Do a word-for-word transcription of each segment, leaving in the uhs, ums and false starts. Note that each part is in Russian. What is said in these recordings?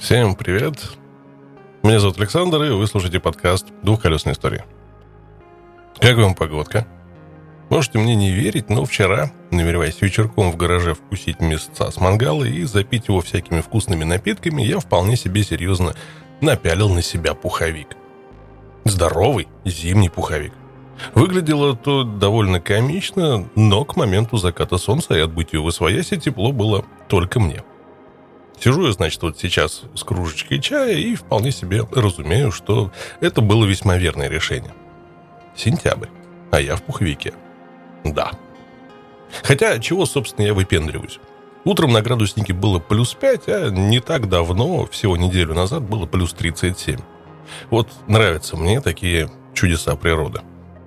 Всем привет! Меня зовут Александр, и вы слушаете подкаст «Двухколесная история». Как вам погодка? Можете мне не верить, но вчера, намереваясь вечерком в гараже вкусить мясца с мангала и запить его всякими вкусными напитками, я вполне себе серьезно напялил на себя пуховик. Здоровый зимний пуховик. Выглядело то довольно комично, но к моменту заката солнца и отбытию восвояси тепло было только мне. Сижу я, значит, вот сейчас с кружечкой чая и вполне себе разумею, что это было весьма верное решение. Сентябрь, а я в пуховике. Да. Хотя, чего, собственно, я выпендриваюсь? Утром на градуснике было плюс пять, а не так давно, всего неделю назад, было плюс тридцать семь. Вот нравятся мне такие чудеса природы.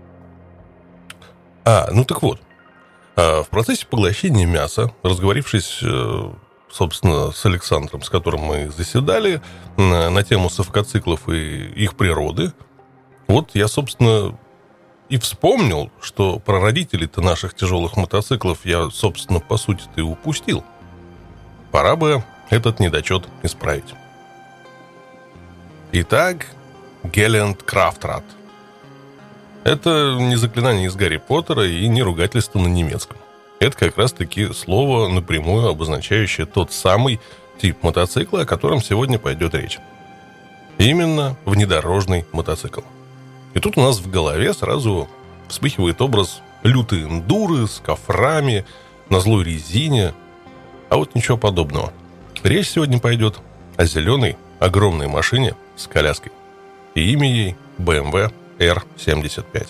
А, ну так вот. В процессе поглощения мяса, разговорившись, собственно, с Александром, с которым мы заседали на, на тему совкоциклов и их природы, вот я, собственно, и вспомнил, что прародителей-то наших тяжелых мотоциклов я, собственно, по сути-то и упустил. Пора бы этот недочет исправить. Итак, Гелент Крафтрад. Это не заклинание из Гарри Поттера и не ругательство на немецком. Это как раз-таки слово, напрямую обозначающее тот самый тип мотоцикла, о котором сегодня пойдет речь. Именно внедорожный мотоцикл. И тут у нас в голове сразу вспыхивает образ лютой эндуры с кофрами, на злой резине. А вот ничего подобного. Речь сегодня пойдет о зеленой, огромной машине с коляской. И имя ей бэ эм вэ эр семьдесят пять.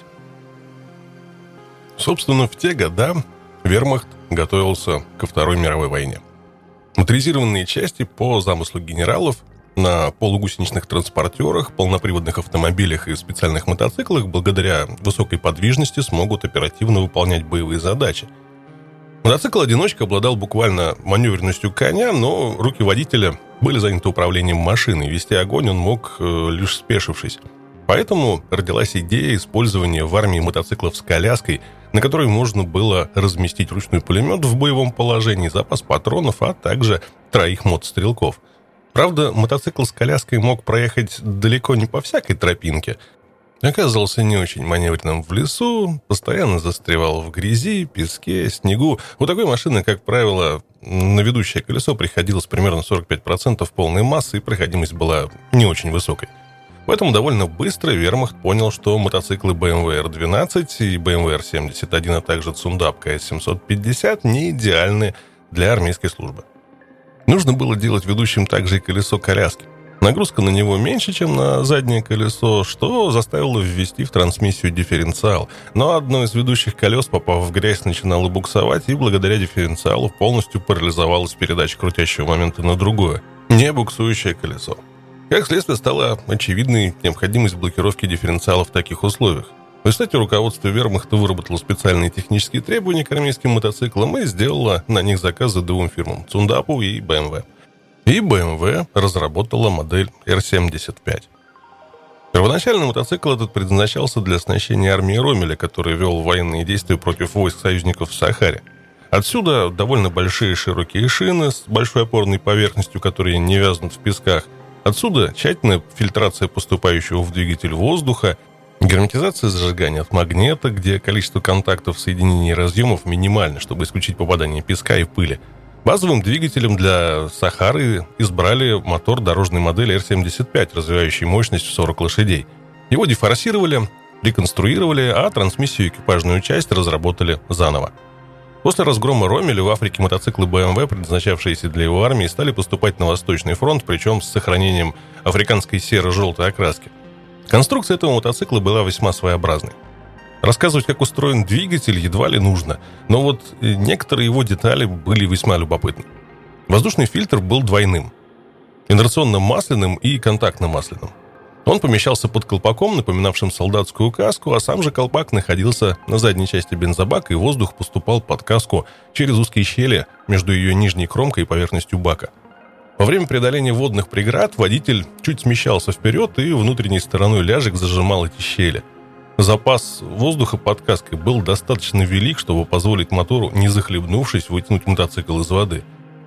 Собственно, в те года Вермахт готовился ко Второй мировой войне. Моторизированные части по замыслу генералов на полугусеничных транспортерах, полноприводных автомобилях и специальных мотоциклах благодаря высокой подвижности смогут оперативно выполнять боевые задачи. Мотоцикл-одиночка обладал буквально маневренностью коня, но руки водителя были заняты управлением машиной. Вести огонь он мог, э, лишь спешившись. Поэтому родилась идея использования в армии мотоциклов с коляской, на которой можно было разместить ручной пулемет в боевом положении, запас патронов, а также троих мотострелков. Правда, мотоцикл с коляской мог проехать далеко не по всякой тропинке. Оказался не очень маневренным в лесу, постоянно застревал в грязи, песке, снегу. У такой машины, как правило, на ведущее колесо приходилось примерно сорок пять процентов полной массы, и проходимость была не очень высокой. Поэтому довольно быстро Вермахт понял, что мотоциклы бэ эм вэ эр двенадцать и бэ эм вэ эр семьдесят один, а также Цундап ка эс семьсот пятьдесят не идеальны для армейской службы. Нужно было делать ведущим также и колесо коляски. Нагрузка на него меньше, чем на заднее колесо, что заставило ввести в трансмиссию дифференциал. Но одно из ведущих колес, попав в грязь, начинало буксовать, и благодаря дифференциалу полностью парализовалась передача крутящего момента на другое, не буксующее колесо. Как следствие, стала очевидной необходимость блокировки дифференциала в таких условиях. В результате руководство Вермахта выработало специальные технические требования к армейским мотоциклам и сделало на них заказы двум фирмам – Цундапу и бэ эм вэ. И бэ эм вэ разработала модель эр семьдесят пять. Первоначально мотоцикл этот предназначался для оснащения армии Роммеля, который вел военные действия против войск союзников в Сахаре. Отсюда довольно большие широкие шины с большой опорной поверхностью, которые не вязнут в песках. Отсюда тщательная фильтрация поступающего в двигатель воздуха, герметизация зажигания от магнета, где количество контактов, соединений и разъемов минимально, чтобы исключить попадание песка и пыли. Базовым двигателем для Сахары избрали мотор дорожной модели эр семьдесят пять, развивающий мощность в сорок лошадей. Его дефорсировали, реконструировали, а трансмиссию и экипажную часть разработали заново. После разгрома Роммеля в Африке мотоциклы бэ эм вэ, предназначавшиеся для его армии, стали поступать на Восточный фронт, причем с сохранением африканской серо-желтой окраски. Конструкция этого мотоцикла была весьма своеобразной. Рассказывать, как устроен двигатель, едва ли нужно, но вот некоторые его детали были весьма любопытны. Воздушный фильтр был двойным – инерционно-масляным и контактно-масляным. Он помещался под колпаком, напоминавшим солдатскую каску, а сам же колпак находился на задней части бензобака, и воздух поступал под каску через узкие щели между ее нижней кромкой и поверхностью бака. Во время преодоления водных преград водитель чуть смещался вперед, и внутренней стороной ляжек зажимал эти щели. Запас воздуха под каской был достаточно велик, чтобы позволить мотору, не захлебнувшись, вытянуть мотоцикл из воды.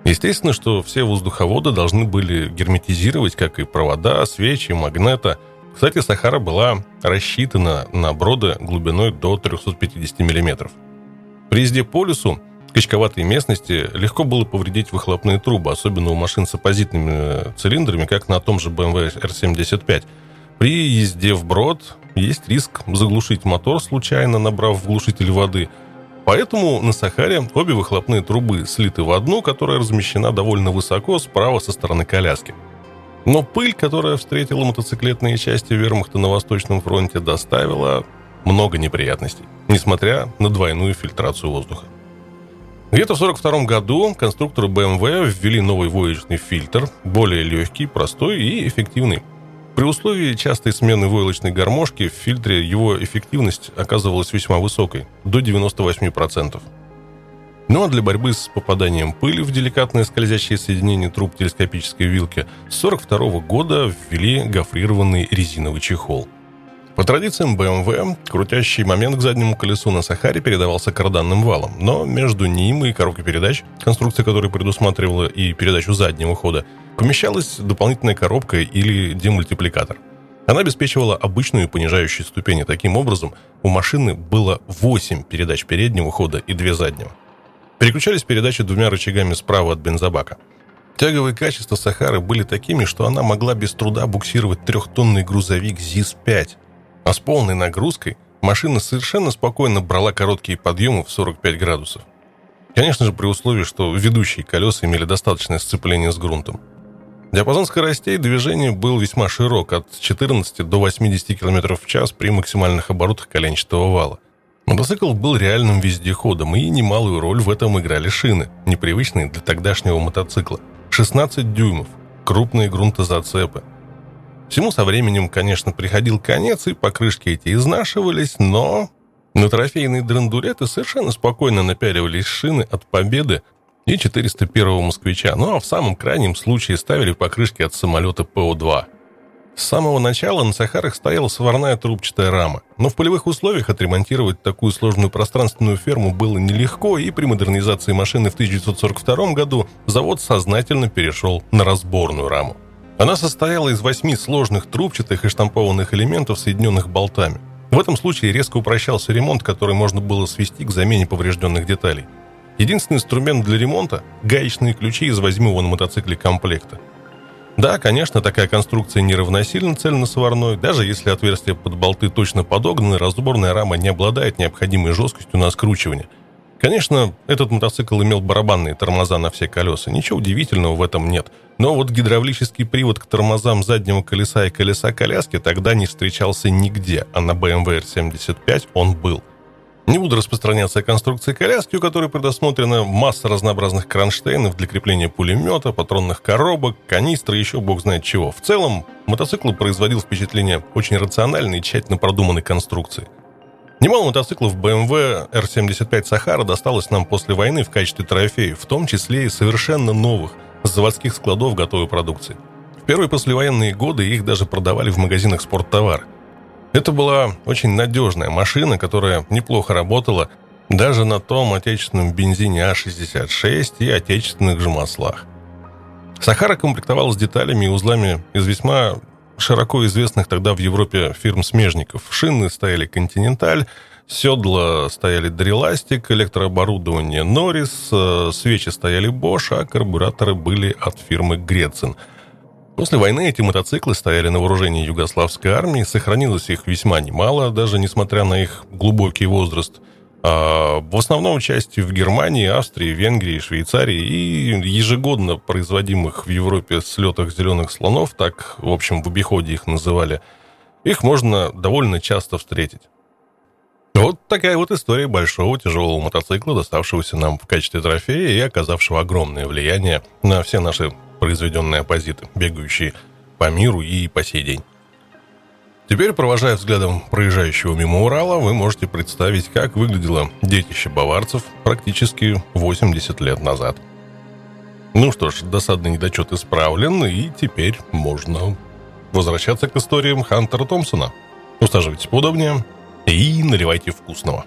Естественно, что все воздуховоды должны были герметизировать, как и провода, свечи, магнета. Кстати, Сахара была рассчитана на броды глубиной до триста пятьдесят миллиметров. При езде по лесу в качковатой местности легко было повредить выхлопные трубы, особенно у машин с оппозитными цилиндрами, как на том же бэ эм вэ эр семьдесят пять. При езде вброд есть риск заглушить мотор, случайно набрав в глушитель воды. Поэтому на Сахаре обе выхлопные трубы слиты в одну, которая размещена довольно высоко справа со стороны коляски. Но пыль, которая встретила мотоциклетные части вермахта на Восточном фронте, доставила много неприятностей, несмотря на двойную фильтрацию воздуха. Где-то в сорок втором году конструкторы бэ эм вэ ввели новый войлочный фильтр, более легкий, простой и эффективный. При условии частой смены войлочной гармошки в фильтре его эффективность оказывалась весьма высокой, до девяносто восемь процентов. Ну а для борьбы с попаданием пыли в деликатное скользящее соединение труб телескопической вилки с сорок второго года ввели гофрированный резиновый чехол. По традициям бэ эм вэ, крутящий момент к заднему колесу на Сахаре передавался карданным валом, но между ним и коробкой передач, конструкция которой предусматривала и передачу заднего хода, помещалась дополнительная коробка или демультипликатор. Она обеспечивала обычную понижающую ступень, и таким образом у машины было восемь передач переднего хода и две заднего. Переключались передачи двумя рычагами справа от бензобака. Тяговые качества Сахары были такими, что она могла без труда буксировать трехтонный грузовик ЗИС пять. А с полной нагрузкой машина совершенно спокойно брала короткие подъемы в сорок пять градусов. Конечно же, при условии, что ведущие колеса имели достаточное сцепление с грунтом. Диапазон скоростей движения был весьма широк, от четырнадцати до восьмидесяти километров в час при максимальных оборотах коленчатого вала. Мотоцикл был реальным вездеходом, и немалую роль в этом играли шины, непривычные для тогдашнего мотоцикла. шестнадцать дюймов, крупные грунтозацепы. Всему со временем, конечно, приходил конец, и покрышки эти изнашивались, но на трофейные драндулеты совершенно спокойно напяливались шины от Победы и четыреста первого москвича, ну а в самом крайнем случае ставили покрышки от самолета пэ о два. С самого начала на Сахарах стояла сварная трубчатая рама, но в полевых условиях отремонтировать такую сложную пространственную ферму было нелегко, и при модернизации машины в тысяча девятьсот сорок втором году завод сознательно перешел на разборную раму. Она состояла из восьми сложных трубчатых и штампованных элементов, соединенных болтами. В этом случае резко упрощался ремонт, который можно было свести к замене поврежденных деталей. Единственный инструмент для ремонта – гаечные ключи из возьмого на мотоцикле комплекта. Да, конечно, такая конструкция не равносильна цельносварной. Даже если отверстия под болты точно подогнаны, разборная рама не обладает необходимой жесткостью на скручивание. Конечно, этот мотоцикл имел барабанные тормоза на все колеса. Ничего удивительного в этом нет. Но вот гидравлический привод к тормозам заднего колеса и колеса коляски тогда не встречался нигде, а на бэ эм вэ эр семьдесят пять он был. Не буду распространяться о конструкции коляски, у которой предусмотрена масса разнообразных кронштейнов для крепления пулемета, патронных коробок, канистры и еще бог знает чего. В целом, мотоцикл производил впечатление очень рациональной и тщательно продуманной конструкции. Немало мотоциклов бэ эм вэ эр семьдесят пять Сахара досталось нам после войны в качестве трофеев, в том числе и совершенно новых, с заводских складов готовой продукции. В первые послевоенные годы их даже продавали в магазинах спорттовар. Это была очень надежная машина, которая неплохо работала даже на том отечественном бензине а шестьдесят шесть и отечественных же маслах. Сахара комплектовалась деталями и узлами из весьма широко известных тогда в Европе фирм-смежников. Шины стояли «Континенталь», седла стояли «Дреластик», электрооборудование «Норрис», свечи стояли «Бош», а карбюраторы были от фирмы «Грецин». После войны эти мотоциклы стояли на вооружении югославской армии, сохранилось их весьма немало, даже несмотря на их глубокий возраст. А в основном части в Германии, Австрии, Венгрии, Швейцарии и ежегодно производимых в Европе слетах зеленых слонов, так, в общем, в обиходе их называли, их можно довольно часто встретить. Вот такая вот история большого тяжелого мотоцикла, доставшегося нам в качестве трофея и оказавшего огромное влияние на все наши произведенные оппозиты, бегающие по миру и по сей день. Теперь, провожая взглядом проезжающего мимо Урала, вы можете представить, как выглядело детище баварцев практически восемьдесят лет назад. Ну что ж, досадный недочет исправлен, и теперь можно возвращаться к историям Хантера Томпсона. Усаживайтесь поудобнее и наливайте вкусного.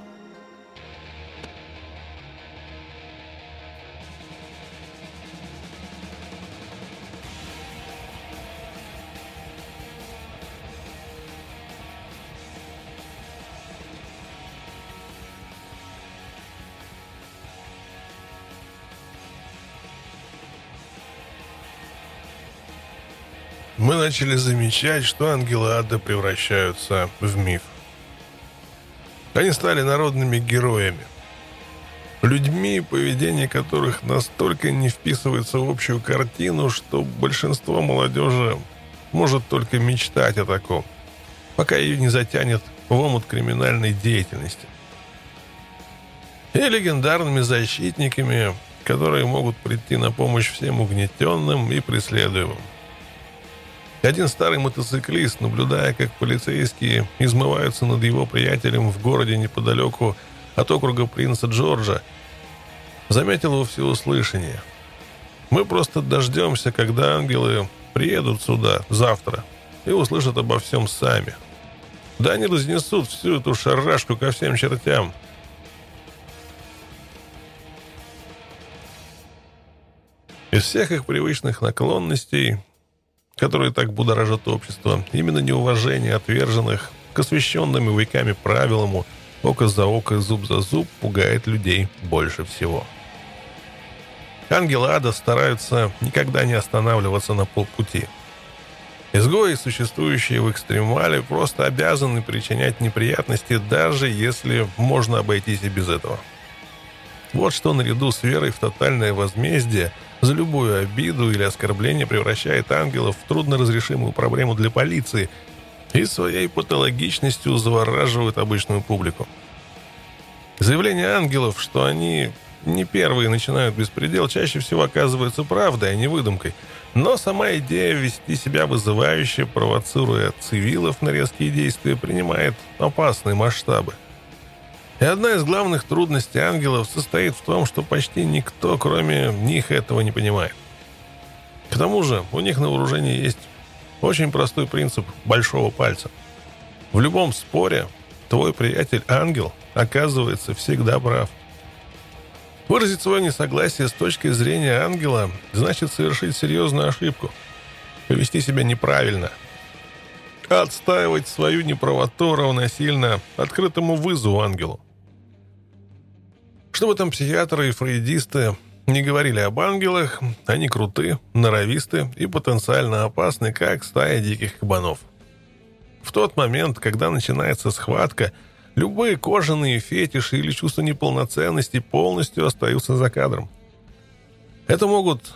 мы начали замечать, что ангелы ада превращаются в миф. Они стали народными героями. Людьми, поведение которых настолько не вписывается в общую картину, что большинство молодежи может только мечтать о таком, пока ее не затянет в омут криминальной деятельности. И легендарными защитниками, которые могут прийти на помощь всем угнетенным и преследуемым. Один старый мотоциклист, наблюдая, как полицейские измываются над его приятелем в городе неподалеку от округа Принца Джорджа, заметил во всеуслышание: «Мы просто дождемся, когда ангелы приедут сюда завтра и услышат обо всем сами. Да они разнесут всю эту шарашку ко всем чертям». Из всех их привычных наклонностей, которые так будоражат общество, именно неуважение отверженных к освященным веками правилам око за око, зуб за зуб пугает людей больше всего. Ангелы ада стараются никогда не останавливаться на полпути. Изгои, существующие в экстремале, просто обязаны причинять неприятности, даже если можно обойтись и без этого. Вот что наряду с верой в тотальное возмездие за любую обиду или оскорбление превращает ангелов в трудноразрешимую проблему для полиции и своей патологичностью завораживает обычную публику. Заявление ангелов, что они не первые начинают беспредел, чаще всего оказывается правдой, а не выдумкой. Но сама идея вести себя вызывающе, провоцируя цивилов на резкие действия, принимает опасные масштабы. И одна из главных трудностей ангелов состоит в том, что почти никто, кроме них, этого не понимает. К тому же у них на вооружении есть очень простой принцип большого пальца. В любом споре твой приятель-ангел оказывается всегда прав. Выразить свое несогласие с точки зрения ангела значит совершить серьезную ошибку, повести себя неправильно, отстаивать свою неправоту равносильно открытому вызову ангелу. Что бы там психиатры и фрейдисты не говорили об ангелах, они круты, норовисты и потенциально опасны, как стая диких кабанов. В тот момент, когда начинается схватка, любые кожаные фетиши или чувство неполноценности полностью остаются за кадром. Это могут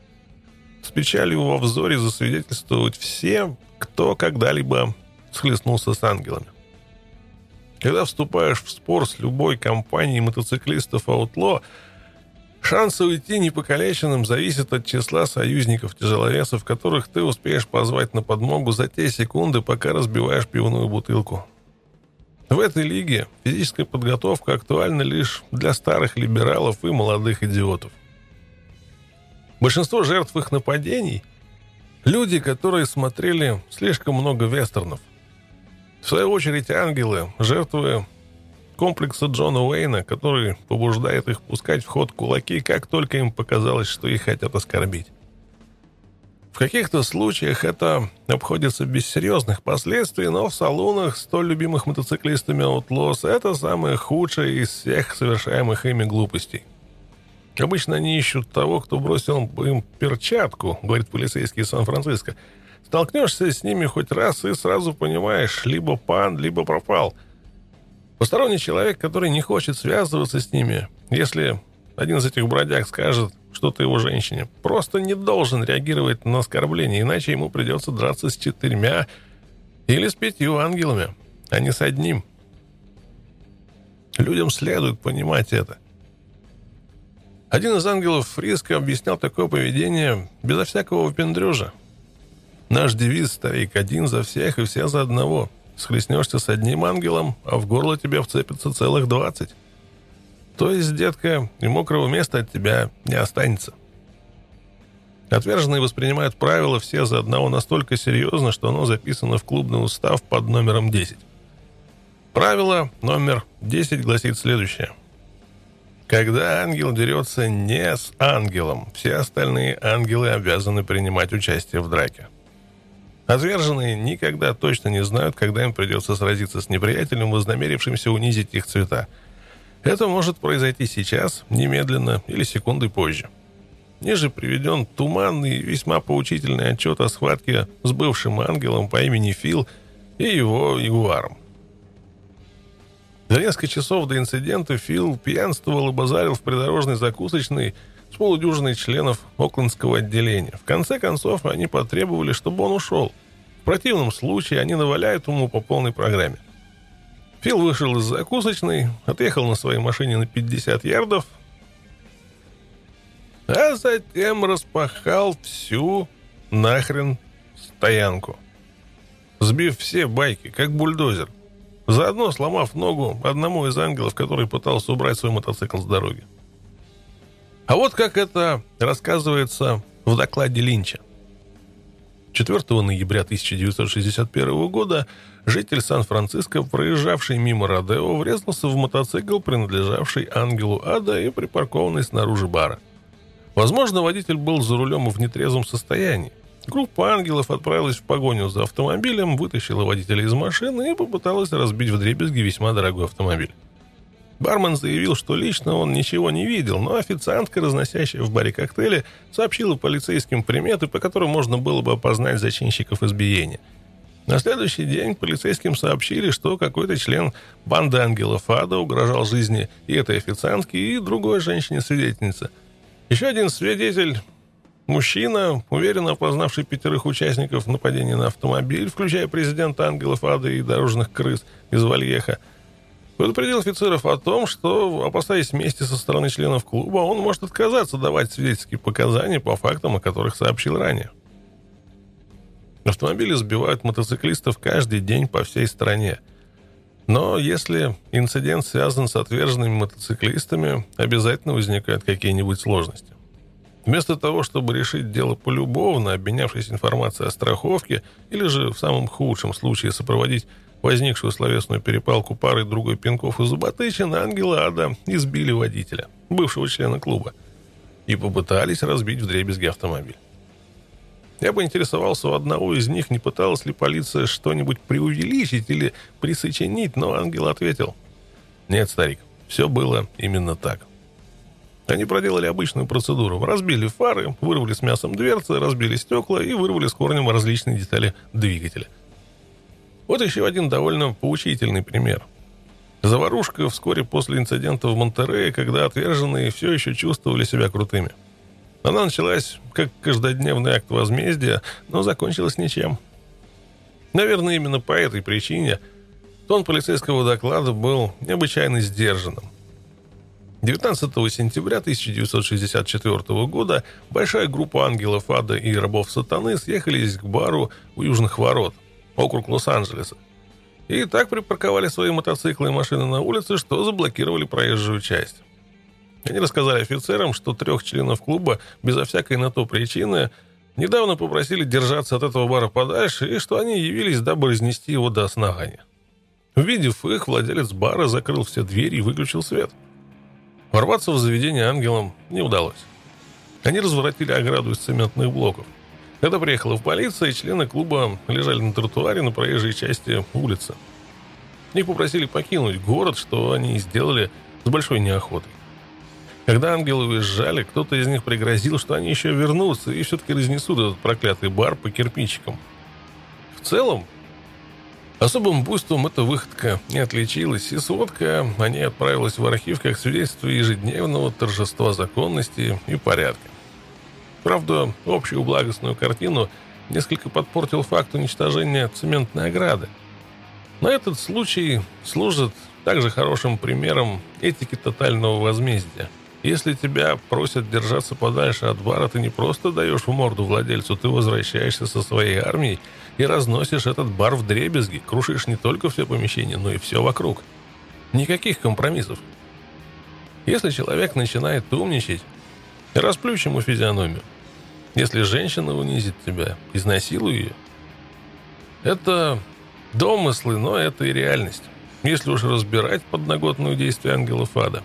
с печалью во взоре засвидетельствовать все, кто когда-либо схлестнулся с ангелами. Когда вступаешь в спор с любой компанией мотоциклистов-аутло, шансы уйти непокалеченным зависят от числа союзников-тяжеловесов, которых ты успеешь позвать на подмогу за те секунды, пока разбиваешь пивную бутылку. В этой лиге физическая подготовка актуальна лишь для старых либералов и молодых идиотов. Большинство жертв их нападений – люди, которые смотрели слишком много вестернов. В свою очередь ангелы – жертвы комплекса Джона Уэйна, который побуждает их пускать в ход кулаки, как только им показалось, что их хотят оскорбить. В каких-то случаях это обходится без серьезных последствий, но в салонах столь любимых мотоциклистами Outlaws это самое худшее из всех совершаемых ими глупостей. Обычно они ищут того, кто бросил бы им перчатку, говорит полицейский из Сан-Франциско. Столкнешься с ними хоть раз и сразу понимаешь, либо пан, либо пропал. Посторонний человек, который не хочет связываться с ними, если один из этих бродяг скажет что-то его женщине, просто не должен реагировать на оскорбление, иначе ему придется драться с четырьмя или с пятью ангелами, а не с одним. Людям следует понимать это. Один из ангелов Фриско объяснял такое поведение безо всякого выпендрежа. Наш девиз, старик, один за всех и все за одного. Схлестнешься с одним ангелом, а в горло тебе вцепится целых двадцать. То есть, детка, и мокрого места от тебя не останется. Отверженные воспринимают правила все за одного настолько серьезно, что оно записано в клубный устав под номером десять. Правило номер десять гласит следующее. Когда ангел дерется не с ангелом, все остальные ангелы обязаны принимать участие в драке. Отверженные никогда точно не знают, когда им придется сразиться с неприятелем, вознамерившимся унизить их цвета. Это может произойти сейчас, немедленно или секундой позже. Ниже приведен туманный и весьма поучительный отчет о схватке с бывшим ангелом по имени Фил и его ягуаром. За несколько часов до инцидента Фил пьянствовал и базарил в придорожной закусочной с полудюжиной членов оклендского отделения. В конце концов, они потребовали, чтобы он ушел. В противном случае они наваляют ему по полной программе. Фил вышел из закусочной, отъехал на своей машине на пятьдесят ярдов, а затем распахал всю нахрен стоянку, сбив все байки, как бульдозер, заодно сломав ногу одному из ангелов, который пытался убрать свой мотоцикл с дороги. А вот как это рассказывается в докладе Линча. четвёртого ноября тысяча девятьсот шестьдесят первого года житель Сан-Франциско, проезжавший мимо Родео, врезался в мотоцикл, принадлежавший ангелу ада и припаркованный снаружи бара. Возможно, водитель был за рулем в нетрезвом состоянии. Группа ангелов отправилась в погоню за автомобилем, вытащила водителя из машины и попыталась разбить вдребезги весьма дорогой автомобиль. Бармен заявил, что лично он ничего не видел, но официантка, разносящая в баре коктейли, сообщила полицейским приметы, по которым можно было бы опознать зачинщиков избиения. На следующий день полицейским сообщили, что какой-то член банды ангелов ада угрожал жизни и этой официантке, и другой женщине-свидетельнице. Еще один свидетель, мужчина, уверенно опознавший пятерых участников нападения на автомобиль, включая президента ангелов ада и дорожных крыс из Вальеха, предупредил офицеров о том, что, опасаясь мести со стороны членов клуба, он может отказаться давать свидетельские показания по фактам, о которых сообщил ранее. Автомобили сбивают мотоциклистов каждый день по всей стране. Но если инцидент связан с отверженными мотоциклистами, обязательно возникают какие-нибудь сложности. Вместо того, чтобы решить дело полюбовно, обменявшись информацией о страховке, или же в самом худшем случае сопроводить возникшую словесную перепалку парой другой пинков и зуботычин, ангелы ада избили водителя, бывшего члена клуба, и попытались разбить вдребезги автомобиль. Я бы интересовался у одного из них, не пыталась ли полиция что-нибудь преувеличить или присочинить, но ангел ответил: «Нет, старик, все было именно так». Они проделали обычную процедуру. Разбили фары, вырвали с мясом дверцы, разбили стекла и вырвали с корнем различные детали двигателя. Вот еще один довольно поучительный пример. Заварушка вскоре после инцидента в Монтерее, когда отверженные все еще чувствовали себя крутыми. Она началась как каждодневный акт возмездия, но закончилась ничем. Наверное, именно по этой причине тон полицейского доклада был необычайно сдержанным. девятнадцатого сентября тысяча девятьсот шестьдесят четвёртого года большая группа ангелов ада и рабов сатаны съехались к бару у Южных ворот, округ Лос-Анджелеса, и так припарковали свои мотоциклы и машины на улице, что заблокировали проезжую часть. Они рассказали офицерам, что трех членов клуба безо всякой на то причины недавно попросили держаться от этого бара подальше и что они явились, дабы разнести его до основания. Увидев их, владелец бара закрыл все двери и выключил свет. Ворваться в заведение ангелам не удалось. Они разворотили ограду из цементных блоков. Когда приехала полиция, члены клуба лежали на тротуаре на проезжей части улицы. Их попросили покинуть город, что они и сделали с большой неохотой. Когда ангелы уезжали, кто-то из них пригрозил, что они еще вернутся и все-таки разнесут этот проклятый бар по кирпичикам. В целом, особым буйством эта выходка не отличилась, и сводка о ней отправилась в архив как свидетельство ежедневного торжества законности и порядка. Правда, общую благостную картину несколько подпортил факт уничтожения цементной ограды. Но этот случай служит также хорошим примером этики тотального возмездия. Если тебя просят держаться подальше от бара, ты не просто даешь в морду владельцу, ты возвращаешься со своей армией и разносишь этот бар вдребезги, крушишь не только все помещение, но и все вокруг. Никаких компромиссов. Если человек начинает умничать, расплющ ему физиономию. Если женщина унизит тебя, изнасилуй ее. Это домыслы, но это и реальность. Если уж разбирать подноготную действие ангелов ада.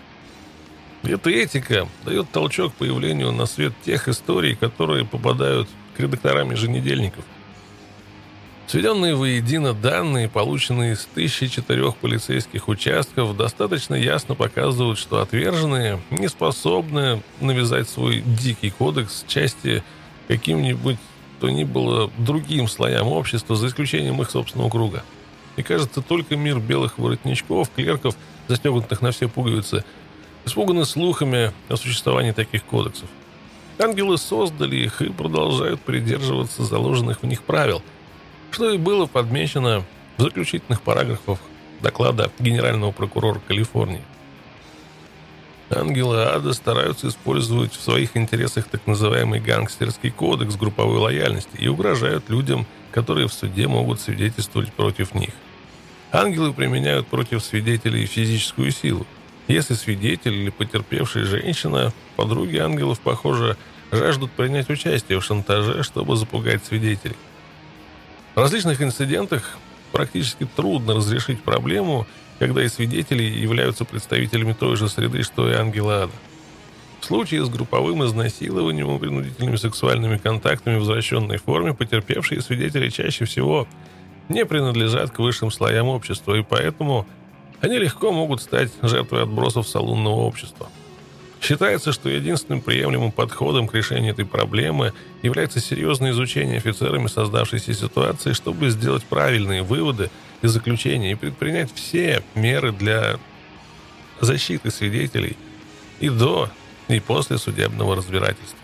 Эта этика дает толчок появлению на свет тех историй, которые попадают к редакторам еженедельников. Сведенные воедино данные, полученные из тысячи четырех полицейских участков, достаточно ясно показывают, что отверженные не способны навязать свой дикий кодекс части каким-нибудь то ни было другим слоям общества, за исключением их собственного круга. И кажется, только мир белых воротничков, клерков, застегнутых на все пуговицы, испуганы слухами о существовании таких кодексов. Ангелы создали их и продолжают придерживаться заложенных в них правил, что и было подмечено в заключительных параграфах доклада генерального прокурора Калифорнии. Ангелы ада стараются использовать в своих интересах так называемый гангстерский кодекс групповой лояльности и угрожают людям, которые в суде могут свидетельствовать против них. Ангелы применяют против свидетелей физическую силу. Если свидетель или потерпевшая женщина, подруги ангелов, похоже, жаждут принять участие в шантаже, чтобы запугать свидетелей. В различных инцидентах практически трудно разрешить проблему, когда и свидетели являются представителями той же среды, что и ангелы ада. В случае с групповым изнасилованием и принудительными сексуальными контактами в возвращенной форме потерпевшие свидетели чаще всего не принадлежат к высшим слоям общества, и поэтому они легко могут стать жертвой отбросов салунного общества. Считается, что единственным приемлемым подходом к решению этой проблемы является серьезное изучение офицерами создавшейся ситуации, чтобы сделать правильные выводы и заключения и предпринять все меры для защиты свидетелей и до, и после судебного разбирательства.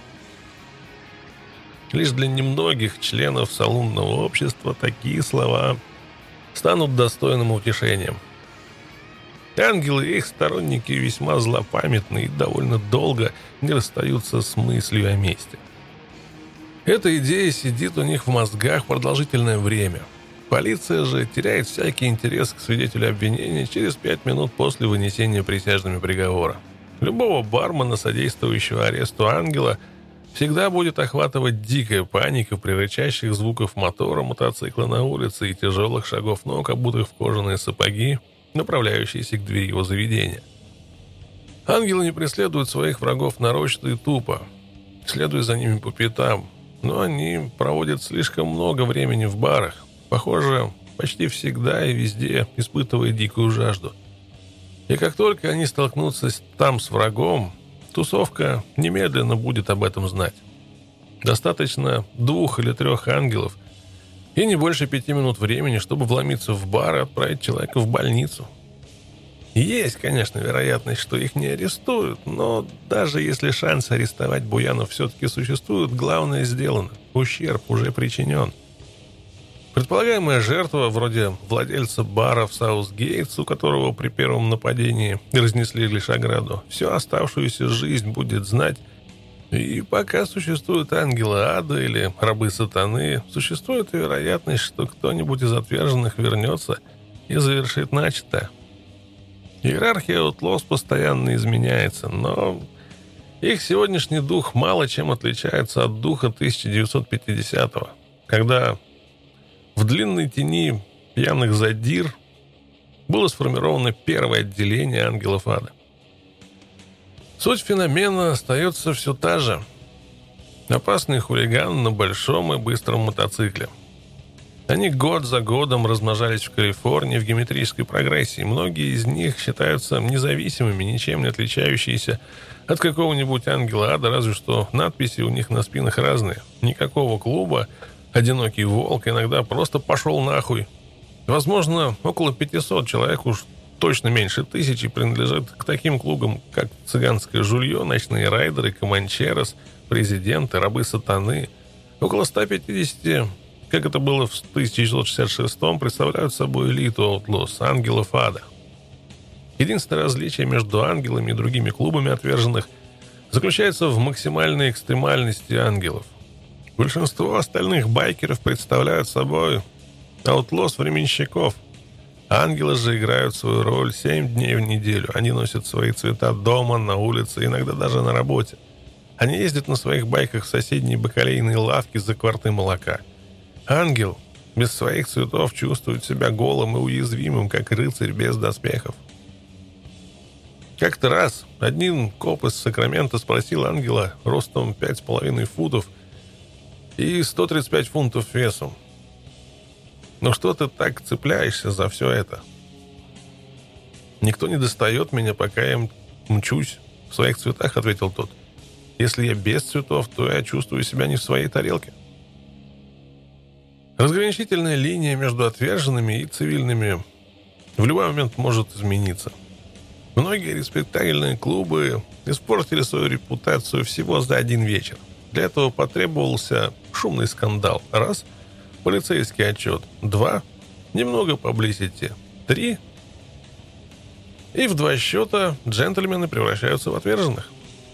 Лишь для немногих членов салунного общества такие слова станут достойным утешением. Ангелы и их сторонники весьма злопамятны и довольно долго не расстаются с мыслью о мести. Эта идея сидит у них в мозгах продолжительное время. Полиция же теряет всякий интерес к свидетелю обвинения через пять минут после вынесения присяжными приговора. Любого бармена, содействующего аресту ангела, всегда будет охватывать дикая паника при рычащих звуках мотора мотоцикла на улице и тяжелых шагов ног, обутых в кожаные сапоги, направляющиеся к двери его заведения. Ангелы не преследуют своих врагов нарочно и тупо, следуя за ними по пятам, но они проводят слишком много времени в барах, похоже, почти всегда и везде испытывая дикую жажду. И как только они столкнутся там с врагом, тусовка немедленно будет об этом знать. Достаточно двух или трех ангелов и не больше пяти минут времени, чтобы вломиться в бар и отправить человека в больницу. Есть, конечно, вероятность, что их не арестуют, но даже если шанс арестовать буянов все-таки существует, главное сделано. Ущерб уже причинен. Предполагаемая жертва, вроде владельца бара в Саутгейтс, у которого при первом нападении разнесли лишь ограду, всю оставшуюся жизнь будет знать. И пока существуют ангелы ада или рабы сатаны, существует вероятность, что кто-нибудь из отверженных вернется и завершит начатое. Иерархия Outlaws постоянно изменяется, но их сегодняшний дух мало чем отличается от духа тысяча девятьсот пятидесятого, когда в длинной тени пьяных задир было сформировано первое отделение ангелов ада. Суть феномена остается все та же. Опасный хулиган на большом и быстром мотоцикле. Они год за годом размножались в Калифорнии в геометрической прогрессии. Многие из них считаются независимыми, ничем не отличающиеся от какого-нибудь ангела ада, разве что надписи у них на спинах разные. Никакого клуба, одинокий волк, иногда просто пошел нахуй. Возможно, около пятисот человек, уж точно меньше тысячи, принадлежат к таким клубам, как цыганское жулье, ночные райдеры, команчерос, президенты, рабы сатаны. Около ста пятидесяти, как это было в тысяча девятьсот шестьдесят шестом, представляют собой элиту Outlaws, ангелов ада. Единственное различие между ангелами и другими клубами отверженных заключается в максимальной экстремальности ангелов. Большинство остальных байкеров представляют собой Outlaws-временщиков. Ангелы же играют свою роль семь дней в неделю. Они носят свои цвета дома, на улице, иногда даже на работе. Они ездят на своих байках в соседние бакалейные лавки за кварты молока. Ангел без своих цветов чувствует себя голым и уязвимым, как рыцарь без доспехов. Как-то раз один коп из Сакрамента спросил ангела ростом пять с половиной футов и сто тридцать пять фунтов весом: Но что ты так цепляешься за все это? Никто не достает меня, пока я мчусь в своих цветах, ответил тот. Если я без цветов, то я чувствую себя не в своей тарелке. Разграничительная линия между отверженными и цивильными в любой момент может измениться. Многие респектабельные клубы испортили свою репутацию всего за один вечер. Для этого потребовался шумный скандал. Раз. Полицейский отчет. Два. Немного паблисити. Три. И в два счета джентльмены превращаются в отверженных.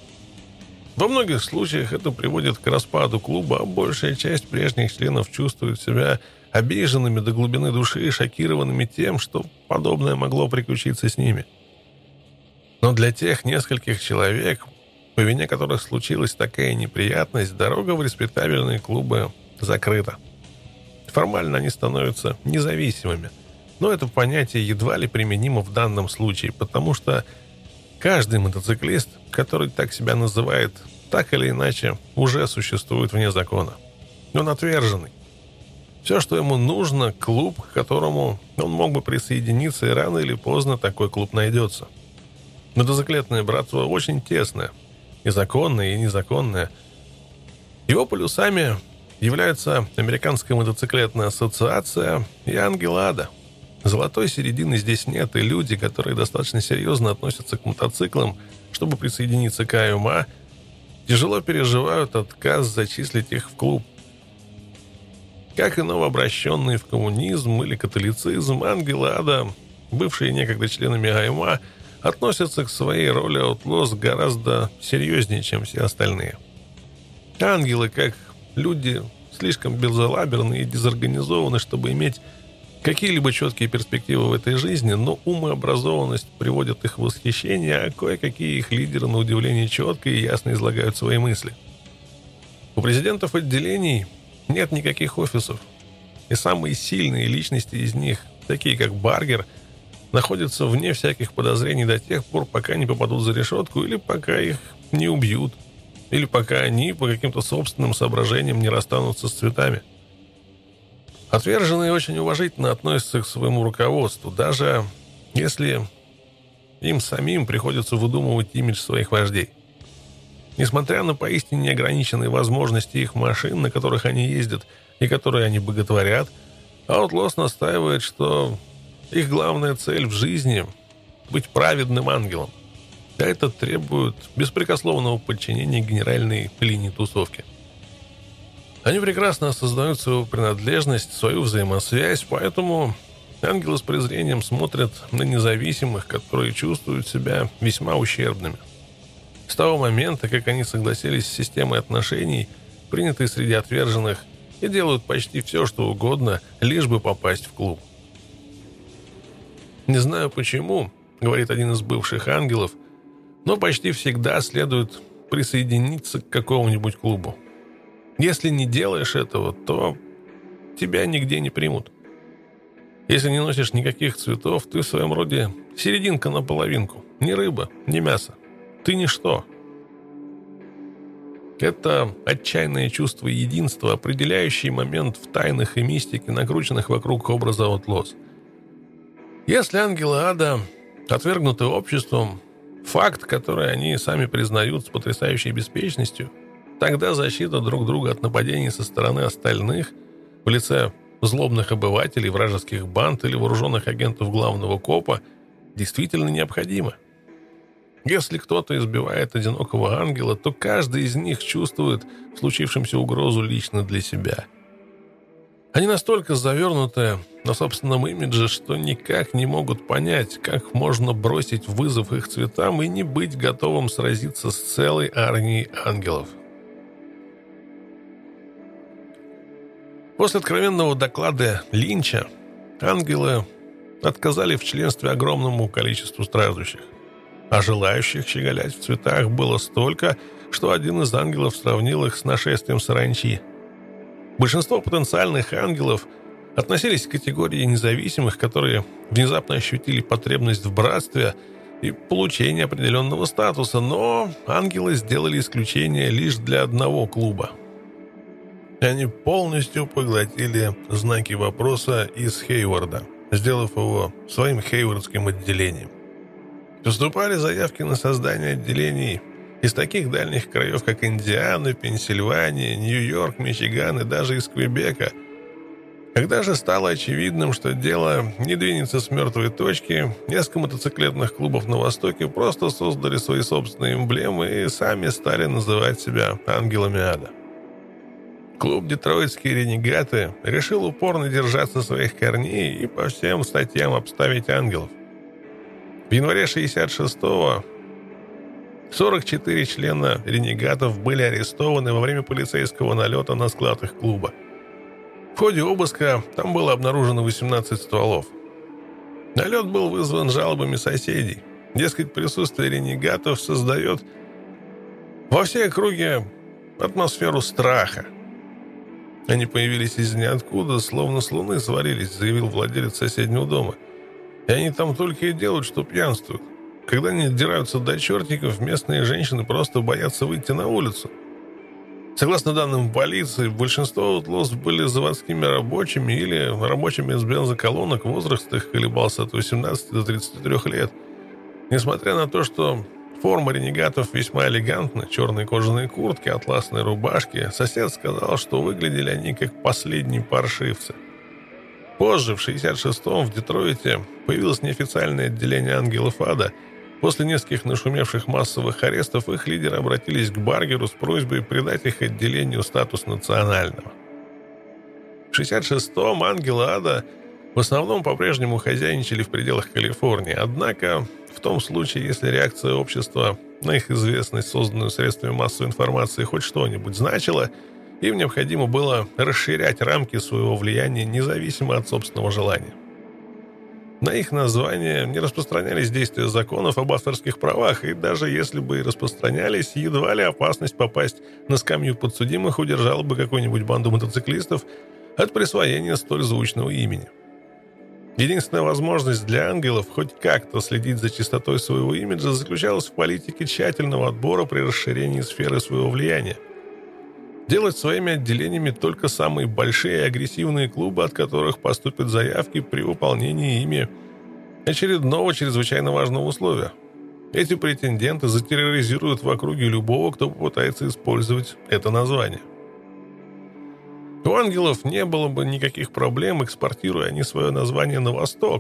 Во многих случаях это приводит к распаду клуба, а большая часть прежних членов чувствует себя обиженными до глубины души и шокированными тем, что подобное могло приключиться с ними. Но для тех нескольких человек, по вине которых случилась такая неприятность, дорога в респектабельные клубы закрыта. Формально они становятся независимыми, но это понятие едва ли применимо в данном случае, потому что каждый мотоциклист, который так себя называет, так или иначе уже существует вне закона. Он отверженный. Все, что ему нужно, клуб, к которому он мог бы присоединиться, и рано или поздно такой клуб найдется. Мотоциклетное братство очень тесное, и законное, и незаконное. Его полюсами являются Американская мотоциклетная ассоциация и Ангел Ада. Золотой середины здесь нет, и люди, которые достаточно серьезно относятся к мотоциклам, чтобы присоединиться к АМА, тяжело переживают отказ зачислить их в клуб. Как и новообращенные в коммунизм или католицизм, Ангел Ада, бывшие некогда членами АМА, относятся к своей роли Outlaws гораздо серьезнее, чем все остальные. Ангелы, как люди, слишком безалаберны и дезорганизованы, чтобы иметь какие-либо четкие перспективы в этой жизни, но ум и образованность приводят их в восхищение, а кое-какие их лидеры, на удивление, четко и ясно излагают свои мысли. У президентов отделений нет никаких офисов, и самые сильные личности из них, такие как Баргер, находятся вне всяких подозрений до тех пор, пока не попадут за решетку или пока их не убьют, или пока они по каким-то собственным соображениям не расстанутся с цветами. Отверженные очень уважительно относятся к своему руководству, даже если им самим приходится выдумывать имидж своих вождей. Несмотря на поистине неограниченные возможности их машин, на которых они ездят и которые они боготворят, Outlaws настаивает, что их главная цель в жизни – быть праведным ангелом. А это требует беспрекословного подчинения генеральной линии тусовки. Они прекрасно осознают свою принадлежность, свою взаимосвязь, поэтому ангелы с презрением смотрят на независимых, которые чувствуют себя весьма ущербными. С того момента, как они согласились с системой отношений, принятой среди отверженных, и делают почти все, что угодно, лишь бы попасть в клуб. «Не знаю почему», — говорит один из бывших ангелов, «но почти всегда следует присоединиться к какому-нибудь клубу. Если не делаешь этого, то тебя нигде не примут. Если не носишь никаких цветов, ты в своем роде серединка на половинку. Ни рыба, ни мясо. Ты ничто». Это отчаянное чувство единства, определяющий момент в тайнах и мистике, накрученных вокруг образа Outlaws. Если ангелы ада отвергнуты обществом, факт, который они сами признают с потрясающей беспечностью, тогда защита друг друга от нападений со стороны остальных в лице злобных обывателей, вражеских банд или вооруженных агентов главного копа действительно необходима. Если кто-то избивает одинокого ангела, то каждый из них чувствует в случившемся угрозу лично для себя. Они настолько завернуты на собственном имидже, что никак не могут понять, как можно бросить вызов их цветам и не быть готовым сразиться с целой армией ангелов. После откровенного доклада Линча ангелы отказали в членстве огромному количеству страждущих. А желающих щеголять в цветах было столько, что один из ангелов сравнил их с нашествием саранчи. Большинство потенциальных ангелов относились к категории независимых, которые внезапно ощутили потребность в братстве и получении определенного статуса, но ангелы сделали исключение лишь для одного клуба. Они полностью поглотили знаки вопроса из Хейварда, сделав его своим хейвардским отделением. Поступали заявки на создание отделений из таких дальних краев, как Индиана, Пенсильвания, Нью-Йорк, Мичиган и даже из Квебека. Когда же стало очевидным, что дело не двинется с мертвой точки, несколько мотоциклетных клубов на Востоке просто создали свои собственные эмблемы и сами стали называть себя «Ангелами Ада». Клуб «Детройтские ренегаты» решил упорно держаться своих корней и по всем статьям обставить ангелов. В январе шестьдесят шестого сорок четыре члена ренегатов были арестованы во время полицейского налета на склад их клуба. В ходе обыска там было обнаружено восемнадцать стволов. Налет был вызван жалобами соседей. Дескать, присутствие ренегатов создает во всей округе атмосферу страха. Они появились из ниоткуда, словно с луны свалились, заявил владелец соседнего дома. И они там только и делают, что пьянствуют. Когда они отдираются до чертиков, местные женщины просто боятся выйти на улицу. Согласно данным полиции, большинство утлов были заводскими рабочими или рабочими из бензоколонок, возраст их колебался от восемнадцати до тридцати трёх лет. Несмотря на то, что форма ренегатов весьма элегантна, черные кожаные куртки, атласные рубашки, сосед сказал, что выглядели они как последние паршивцы. Позже, в шестьдесят шестом, в Детройте появилось неофициальное отделение ангелов ада. После нескольких нашумевших массовых арестов их лидеры обратились к Баргеру с просьбой придать их отделению статус национального. В шестьдесят шестом ангелы ада в основном по-прежнему хозяйничали в пределах Калифорнии, однако в том случае, если реакция общества на их известность, созданную средствами массовой информации, хоть что-нибудь значила, им необходимо было расширять рамки своего влияния независимо от собственного желания. На их название не распространялись действия законов об авторских правах, и даже если бы и распространялись, едва ли опасность попасть на скамью подсудимых удержала бы какую-нибудь банду мотоциклистов от присвоения столь звучного имени. Единственная возможность для ангелов хоть как-то следить за чистотой своего имиджа заключалась в политике тщательного отбора при расширении сферы своего влияния. Делать своими отделениями только самые большие и агрессивные клубы, от которых поступят заявки при выполнении ими очередного чрезвычайно важного условия. Эти претенденты затерроризируют в округе любого, кто попытается использовать это название. У ангелов не было бы никаких проблем, экспортируя они свое название на восток.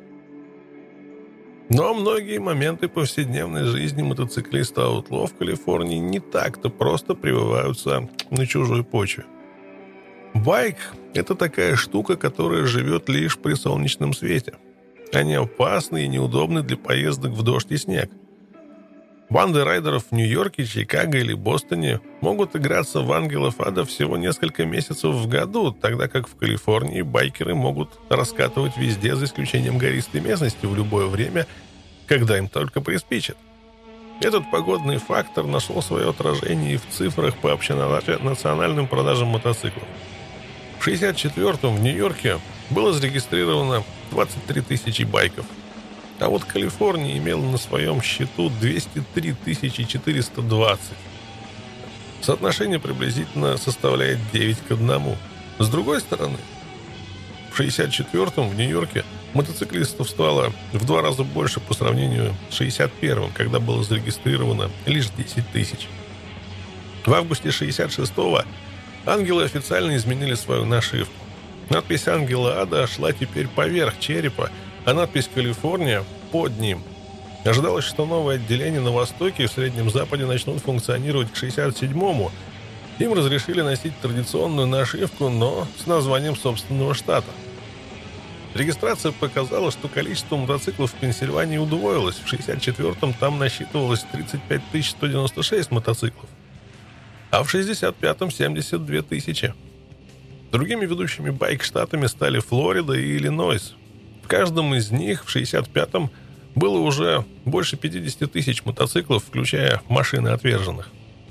Но многие моменты повседневной жизни мотоциклиста-аутло в Калифорнии не так-то просто прививаются на чужой почве. Байк – это такая штука, которая живет лишь при солнечном свете. Они опасны и неудобны для поездок в дождь и снег. Банды райдеров в Нью-Йорке, Чикаго или Бостоне могут играться в ангелов ада всего несколько месяцев в году, тогда как в Калифорнии байкеры могут раскатывать везде, за исключением гористой местности, в любое время, когда им только приспичит. Этот погодный фактор нашел свое отражение и в цифрах по общенациональным продажам мотоциклов. В шестьдесят четвёртом в Нью-Йорке было зарегистрировано двадцать три тысячи байков, а вот Калифорния имела на своем счету двести три тысячи четыреста двадцать. Соотношение приблизительно составляет девять к одному. С другой стороны, в шестьдесят четвёртом в Нью-Йорке мотоциклистов стало в два раза больше по сравнению с шестьдесят первым, когда было зарегистрировано лишь десять тысяч. В августе шестьдесят шестого ангелы официально изменили свою нашивку. Надпись «Ангелы Ада» шла теперь поверх черепа, а надпись «Калифорния» под ним. Ожидалось, что новые отделения на Востоке и в Среднем Западе начнут функционировать к шестьдесят седьмому. Им разрешили носить традиционную нашивку, но с названием собственного штата. Регистрация показала, что количество мотоциклов в Пенсильвании удвоилось. В шестьдесят четвёртом там насчитывалось тридцать пять тысяч сто девяносто шесть мотоциклов, а в шестьдесят пятом семьдесят две тысячи. Другими ведущими байк-штатами стали Флорида и Иллинойс. В каждом из них в шестьдесят пятом было уже больше пятьдесят тысяч мотоциклов, включая машины отверженных.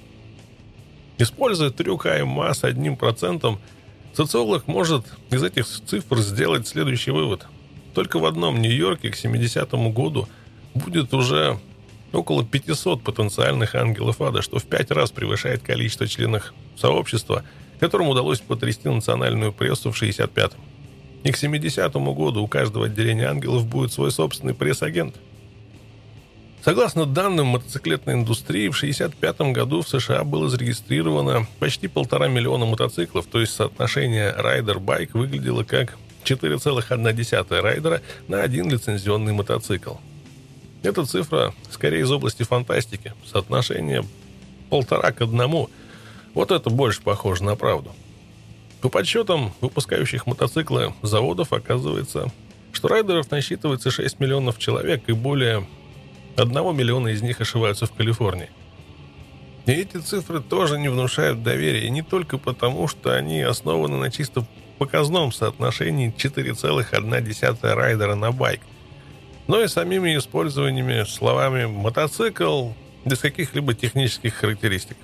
Используя трюк АМА с одним процентом, социолог может из этих цифр сделать следующий вывод. Только в одном Нью-Йорке к семидесятому году будет уже около пятисот потенциальных ангелов ада, что в пять раз превышает количество членов сообщества, которым удалось потрясти национальную прессу в шестьдесят пятом. И к семидесятому году у каждого отделения «Ангелов» будет свой собственный пресс-агент. Согласно данным мотоциклетной индустрии, в шестьдесят пятом году в США было зарегистрировано почти полтора миллиона мотоциклов, то есть соотношение райдер-байк выглядело как четыре целых одна десятая райдера на один лицензионный мотоцикл. Эта цифра скорее из области фантастики. Соотношение полтора к одному. Вот это больше похоже на правду. По подсчетам выпускающих мотоциклы заводов оказывается, что райдеров насчитывается шесть миллионов человек, и более одного миллиона из них ошиваются в Калифорнии. И эти цифры тоже не внушают доверия, и не только потому, что они основаны на чисто показном соотношении четыре целых одна десятая райдера на байк, но и самими использованиями словами «мотоцикл» без каких-либо технических характеристик.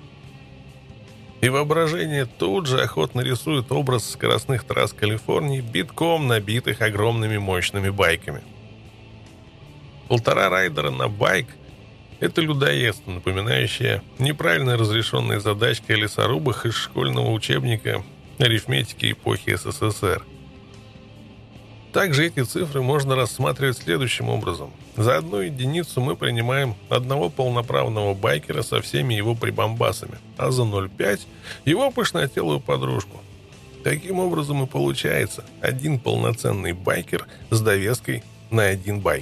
И воображение тут же охотно рисует образ скоростных трасс Калифорнии, битком набитых огромными мощными байками. Полтора райдера на байк – это людоедство, напоминающее неправильно разрешенные задачки о лесорубах из школьного учебника арифметики эпохи СССР. Также эти цифры можно рассматривать следующим образом. За одну единицу мы принимаем одного полноправного байкера со всеми его прибамбасами, а за ноль целых пять – его пышнотелую подружку. Таким образом и получается один полноценный байкер с довеской на один байк.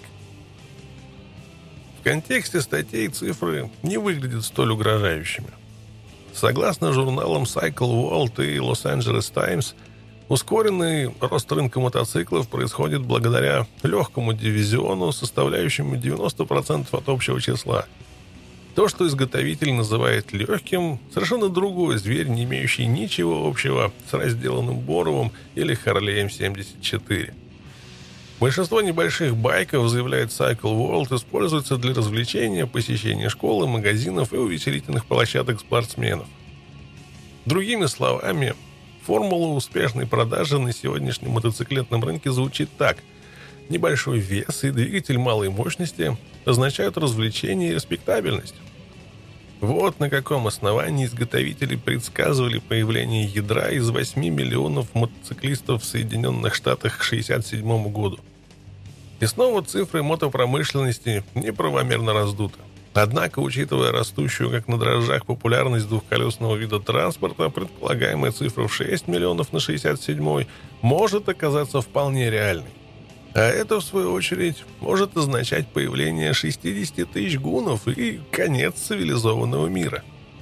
В контексте статей цифры не выглядят столь угрожающими. Согласно журналам Cycle World и Los Angeles Times, ускоренный рост рынка мотоциклов происходит благодаря легкому дивизиону, составляющему девяносто процентов от общего числа. То, что изготовитель называет легким, совершенно другой зверь, не имеющий ничего общего с разделанным Боровым или Харлеем семьдесят четыре. Большинство небольших байков, заявляет Cycle World, используются для развлечения, посещения школы, магазинов и увеселительных площадок спортсменов. Другими словами, формула успешной продажи на сегодняшнем мотоциклетном рынке звучит так. Небольшой вес и двигатель малой мощности означают развлечение и респектабельность. Вот на каком основании изготовители предсказывали появление ядра из восьми миллионов мотоциклистов в Соединенных Штатах к шестьдесят седьмому году. И снова цифры мотопромышленности неправомерно раздуты. Однако, учитывая растущую как на дрожжах популярность двухколесного вида транспорта, предполагаемая цифра в шесть миллионов на шестьдесят седьмой может оказаться вполне реальной. А это, в свою очередь, может означать появление шестьдесят тысяч гуннов и конец цивилизованного мира.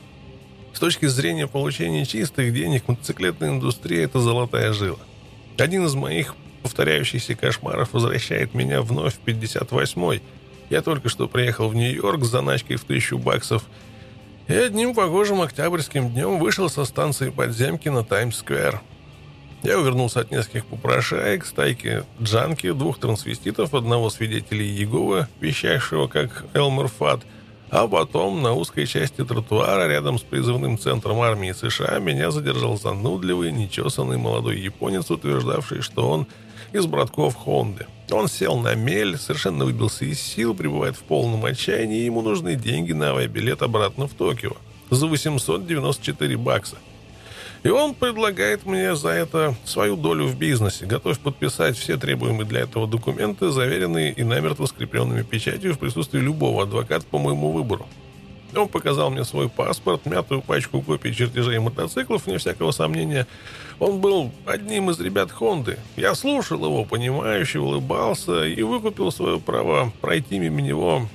С точки зрения получения чистых денег, мотоциклетная индустрия – это золотая жила. Один из моих повторяющихся кошмаров возвращает меня вновь в пятьдесят восьмой. Я только что приехал в Нью-Йорк с заначкой в тысячу баксов и одним погожим октябрьским днем вышел со станции подземки на Таймс-сквер. Я увернулся от нескольких попрошаек, стайки джанки, двух трансвеститов, одного свидетеля Иеговы, вещающего как Элмер Фат, а потом на узкой части тротуара рядом с призывным центром армии США меня задержал занудливый, нечесанный молодой японец, утверждавший, что он из братков Хонды. Он сел на мель, совершенно выбился из сил, пребывает в полном отчаянии, и ему нужны деньги на авиабилет обратно в Токио за восемьсот девяносто четыре бакса. И он предлагает мне за это свою долю в бизнесе, готов подписать все требуемые для этого документы, заверенные и намертво скрепленными печатью в присутствии любого адвоката по моему выбору. Он показал мне свой паспорт, мятую пачку копий чертежей мотоциклов, вне всякого сомнения. Он был одним из ребят Хонды. Я слушал его, понимающе улыбался и выкупил свое право пройти мимо него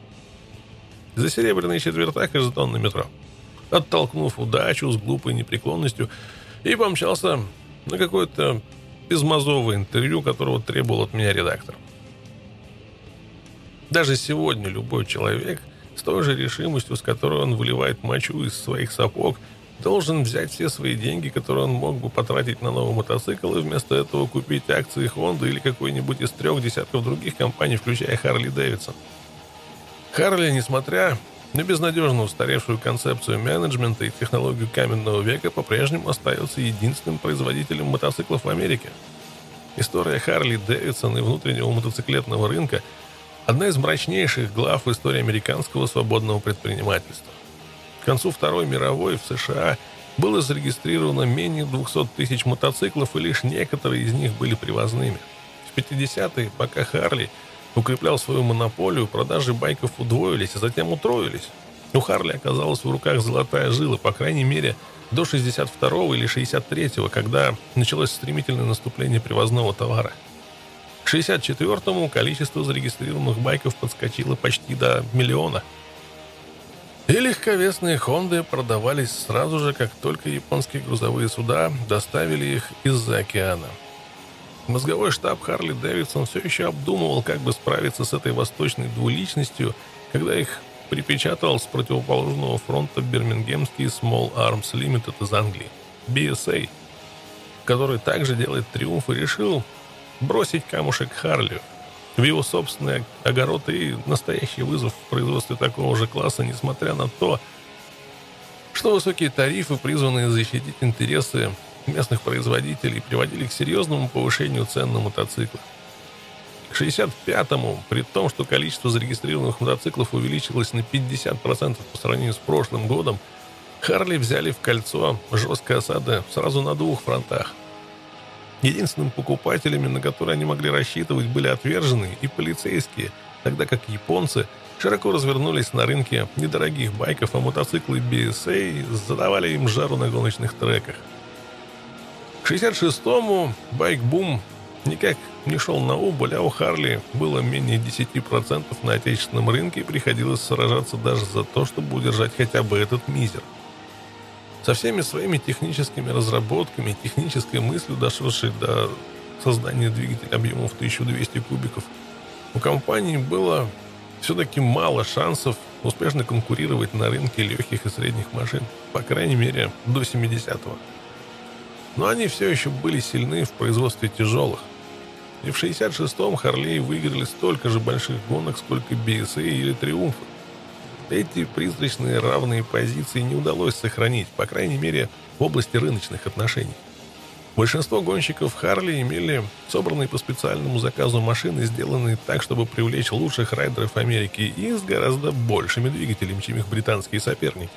за серебряный четвертак и жетон на метро, оттолкнув удачу с глупой непреклонностью, и помчался на какое-то безмозовое интервью, которого требовал от меня редактор. Даже сегодня любой человек с той же решимостью, с которой он выливает мочу из своих сапог, должен взять все свои деньги, которые он мог бы потратить на новый мотоцикл, и вместо этого купить акции Honda или какой-нибудь из трех десятков других компаний, включая Harley Davidson. Harley, несмотря на безнадежно устаревшую концепцию менеджмента и технологию каменного века, по-прежнему остается единственным производителем мотоциклов в Америке. История Harley Davidson и внутреннего мотоциклетного рынка – одна из мрачнейших глав в истории американского свободного предпринимательства. К концу Второй мировой в США было зарегистрировано менее двухсот тысяч мотоциклов, и лишь некоторые из них были привозными. В пятидесятые, пока Харли укреплял свою монополию, продажи байков удвоились, а затем утроились. У Харли оказалась в руках золотая жила, по крайней мере, до шестьдесят второго или шестьдесят третьего, когда началось стремительное наступление привозного товара. К шестьдесят четвёртому количество зарегистрированных байков подскочило почти до миллиона. И легковесные «Хонды» продавались сразу же, как только японские грузовые суда доставили их из-за океана. Мозговой штаб Харли Дэвидсон все еще обдумывал, как бы справиться с этой восточной двуличностью, когда их припечатал с противоположного фронта бирмингемский Small Arms Limited из Англии, би эс эй, который также делает триумф, и решил бросить камушек Харли в его собственный огород и настоящий вызов в производстве такого же класса, несмотря на то, что высокие тарифы, призванные защитить интересы местных производителей, приводили к серьезному повышению цен на мотоциклы. К шестьдесят пятому, при том, что количество зарегистрированных мотоциклов увеличилось на пятьдесят процентов по сравнению с прошлым годом, Харли взяли в кольцо жесткой осады сразу на двух фронтах. Единственными покупателями, на которые они могли рассчитывать, были отверженные и полицейские, тогда как японцы широко развернулись на рынке недорогих байков, а мотоциклы би эс эй задавали им жару на гоночных треках. К шестьдесят шестому байк-бум никак не шел на убыль, а у Харли было менее десяти процентов на отечественном рынке, и приходилось сражаться даже за то, чтобы удержать хотя бы этот мизер. Со всеми своими техническими разработками, технической мыслью, дошедшей до создания двигателя объемом в тысячу двести кубиков, у компании было все-таки мало шансов успешно конкурировать на рынке легких и средних машин, по крайней мере, до семидесятого. Но они все еще были сильны в производстве тяжелых. И в шестьдесят шестом Харлей выиграли столько же больших гонок, сколько би эс эй или Триумфы. Эти призрачные равные позиции не удалось сохранить, по крайней мере, в области рыночных отношений. Большинство гонщиков Харли имели собранные по специальному заказу машины, сделанные так, чтобы привлечь лучших райдеров Америки, и с гораздо большими двигателями, чем их британские соперники.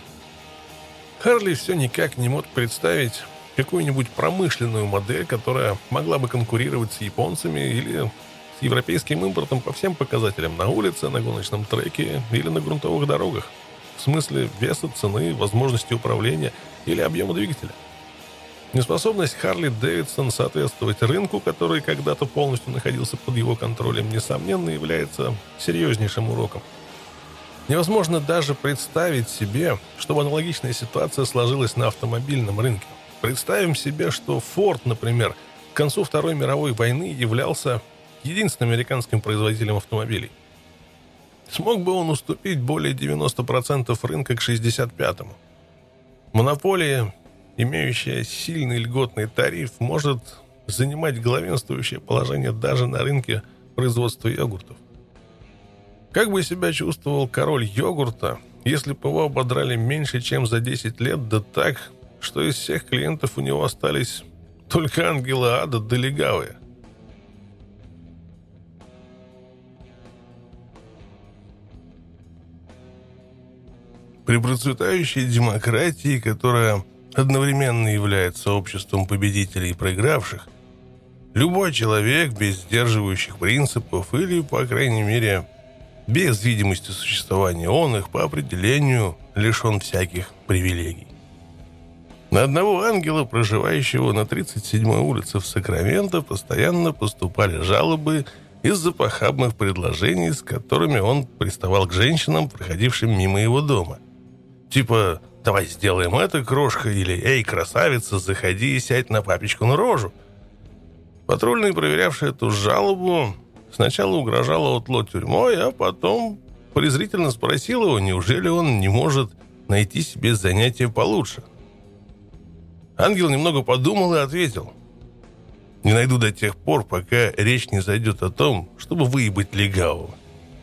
Харли все никак не мог представить какую-нибудь промышленную модель, которая могла бы конкурировать с японцами или с европейским импортом по всем показателям на улице, на гоночном треке или на грунтовых дорогах. В смысле веса, цены, возможности управления или объема двигателя. Неспособность Харли Дэвидсон соответствовать рынку, который когда-то полностью находился под его контролем, несомненно является серьезнейшим уроком. Невозможно даже представить себе, чтобы аналогичная ситуация сложилась на автомобильном рынке. Представим себе, что Форд, например, к концу Второй мировой войны являлся единственным американским производителем автомобилей. Смог бы он уступить более девяноста процентов рынка к шестьдесят пятому? Монополия, имеющая сильный льготный тариф, может занимать главенствующее положение даже на рынке производства йогуртов. Как бы себя чувствовал король йогурта, если бы его ободрали меньше, чем за десять лет, да так, что из всех клиентов у него остались только ангелы ада да легавые? При процветающей демократии, которая одновременно является обществом победителей и проигравших, любой человек без сдерживающих принципов или, по крайней мере, без видимости существования он их по определению лишен всяких привилегий. На одного ангела, проживающего на тридцать седьмой улице в Сакраменто, постоянно поступали жалобы из-за похабных предложений, с которыми он приставал к женщинам, проходившим мимо его дома. Типа «давай сделаем это, крошка» или «эй, красавица, заходи и сядь на папечку рожу». Патрульный, проверявший эту жалобу, сначала угрожал Аутло тюрьмой, а потом презрительно спросил его, неужели он не может найти себе занятие получше. Ангел немного подумал и ответил: «Не найду до тех пор, пока речь не зайдет о том, чтобы выебать легавого».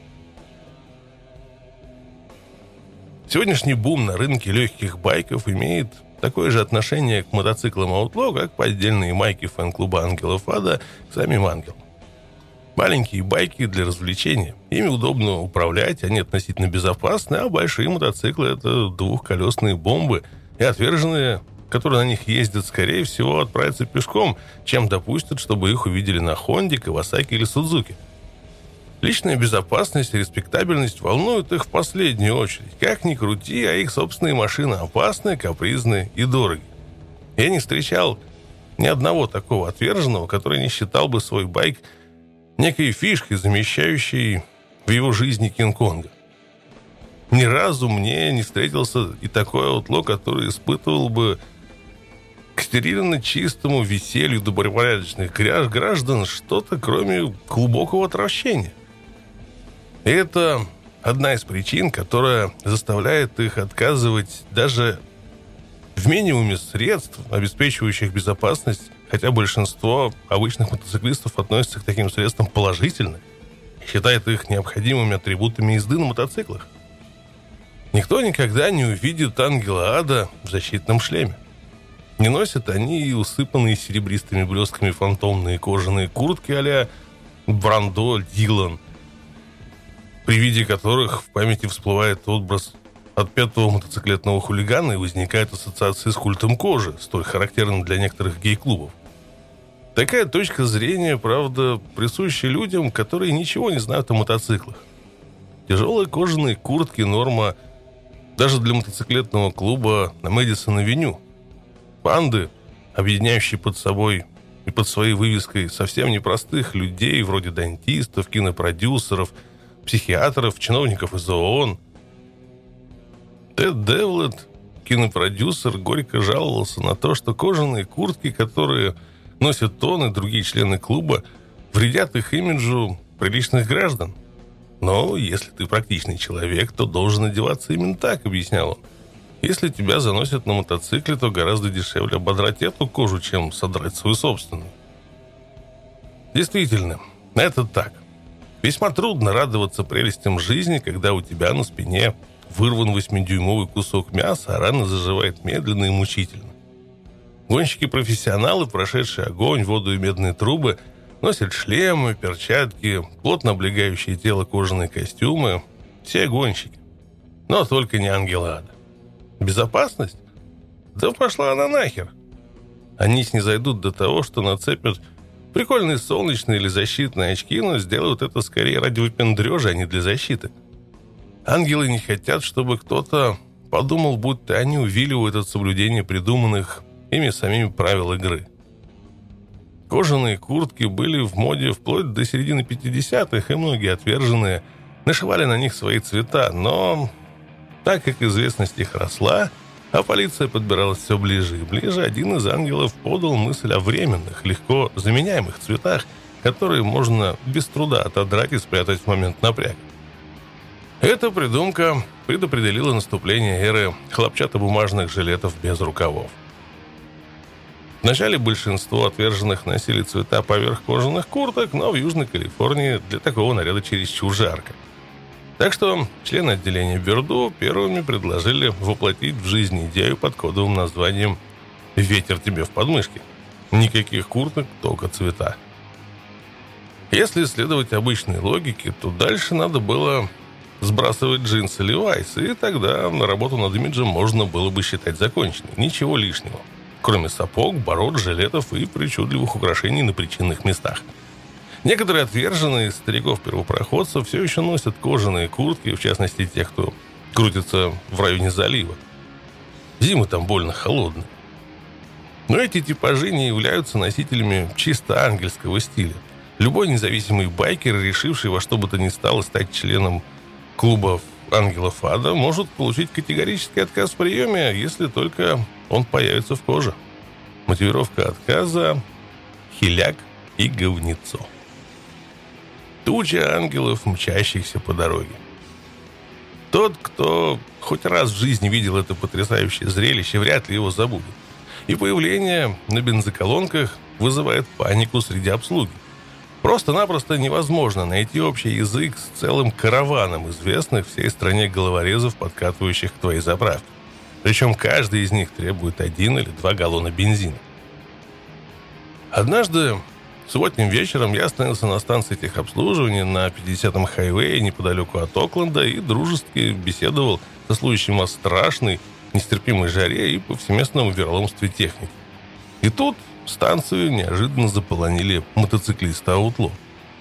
Сегодняшний бум на рынке легких байков имеет такое же отношение к мотоциклам Outlaw, как поддельные майки фэн-клуба Ангелов Ада к самим ангелам. Маленькие байки для развлечения. Ими удобно управлять, они относительно безопасны, а большие мотоциклы — это двухколесные бомбы и отверженные которые на них ездят, скорее всего, отправятся пешком, чем допустят, чтобы их увидели на Хонде, Кавасаки или Судзуки. Личная безопасность и респектабельность волнуют их в последнюю очередь. Как ни крути, а их собственные машины опасны, капризны и дороги. Я не встречал ни одного такого отверженного, который не считал бы свой байк некой фишкой, замещающей в его жизни Кинг-Конга. Ни разу мне не встретился и такой аутло, который испытывал бы к стерильно чистому веселью добропорядочных граждан что-то, кроме глубокого отвращения. И это одна из причин, которая заставляет их отказывать даже в минимуме средств, обеспечивающих безопасность, хотя большинство обычных мотоциклистов относятся к таким средствам положительно и считает их необходимыми атрибутами езды на мотоциклах. Никто никогда не увидит ангела ада в защитном шлеме. Не носят они и усыпанные серебристыми блестками фантомные кожаные куртки а-ля Брандо Дилан, при виде которых в памяти всплывает образ отпетого мотоциклетного хулигана и возникает ассоциация с культом кожи, столь характерным для некоторых гей-клубов. Такая точка зрения, правда, присуща людям, которые ничего не знают о мотоциклах. Тяжелые кожаные куртки – норма даже для мотоциклетного клуба на Мэдисон-авеню. Банды, объединяющие под собой и под своей вывеской совсем непростых людей, вроде дантистов, кинопродюсеров, психиатров, чиновников из ООН. Тед Девлет, кинопродюсер, горько жаловался на то, что кожаные куртки, которые носят он и другие члены клуба, вредят их имиджу приличных граждан. Но если ты практичный человек, то должен одеваться именно так, объяснял он. Если тебя заносят на мотоцикле, то гораздо дешевле ободрать эту кожу, чем содрать свою собственную. Действительно, это так. Весьма трудно радоваться прелестям жизни, когда у тебя на спине вырван восьмидюймовый кусок мяса, а рана заживает медленно и мучительно. Гонщики-профессионалы, прошедшие огонь, воду и медные трубы, носят шлемы, перчатки, плотно облегающие тело кожаные костюмы. Все гонщики. Но только не ангелы ада. Безопасность? Да пошла она нахер. Они снизойдут до того, что нацепят прикольные солнечные или защитные очки, но сделают это скорее ради выпендрежа, а не для защиты. Ангелы не хотят, чтобы кто-то подумал, будто они увиливают от соблюдения придуманных ими самими правил игры. Кожаные куртки были в моде вплоть до середины пятидесятых, и многие отверженные нашивали на них свои цвета, но так как известность их росла, а полиция подбиралась все ближе и ближе, один из ангелов подал мысль о временных, легко заменяемых цветах, которые можно без труда отодрать и спрятать в момент напряга. Эта придумка предопределила наступление эры хлопчатобумажных жилетов без рукавов. Вначале большинство отверженных носили цвета поверх кожаных курток, но в Южной Калифорнии для такого наряда чересчур жарко. Так что члены отделения Берду первыми предложили воплотить в жизнь идею под кодовым названием «Ветер тебе в подмышке». Никаких курток, только цвета. Если следовать обычной логике, то дальше надо было сбрасывать джинсы Levi's, и тогда на работу над имиджем можно было бы считать законченной. Ничего лишнего, кроме сапог, бород, жилетов и причудливых украшений на причинных местах. Некоторые отверженные стариков-первопроходцев все еще носят кожаные куртки, в частности, те, кто крутится в районе залива. Зимы там больно холодные. Но эти типажи не являются носителями чисто ангельского стиля. Любой независимый байкер, решивший во что бы то ни стало стать членом клуба ангелов ада, может получить категорический отказ в приеме, если только он появится в коже. Мотивировка отказа – хиляк и говнецо. Туча ангелов, мчащихся по дороге. Тот, кто хоть раз в жизни видел это потрясающее зрелище, вряд ли его забудет. И появление на бензоколонках вызывает панику среди обслуги. Просто-напросто невозможно найти общий язык с целым караваном известных всей стране головорезов, подкатывающих к твоей заправке. Причем каждый из них требует один или два галлона бензина. Однажды субботним вечером я остановился на станции техобслуживания на пятидесятом хайвее неподалеку от Окленда и дружески беседовал со служащим о страшной нестерпимой жаре и повсеместном вероломстве техники. И тут станцию неожиданно заполонили мотоциклисты Аутло.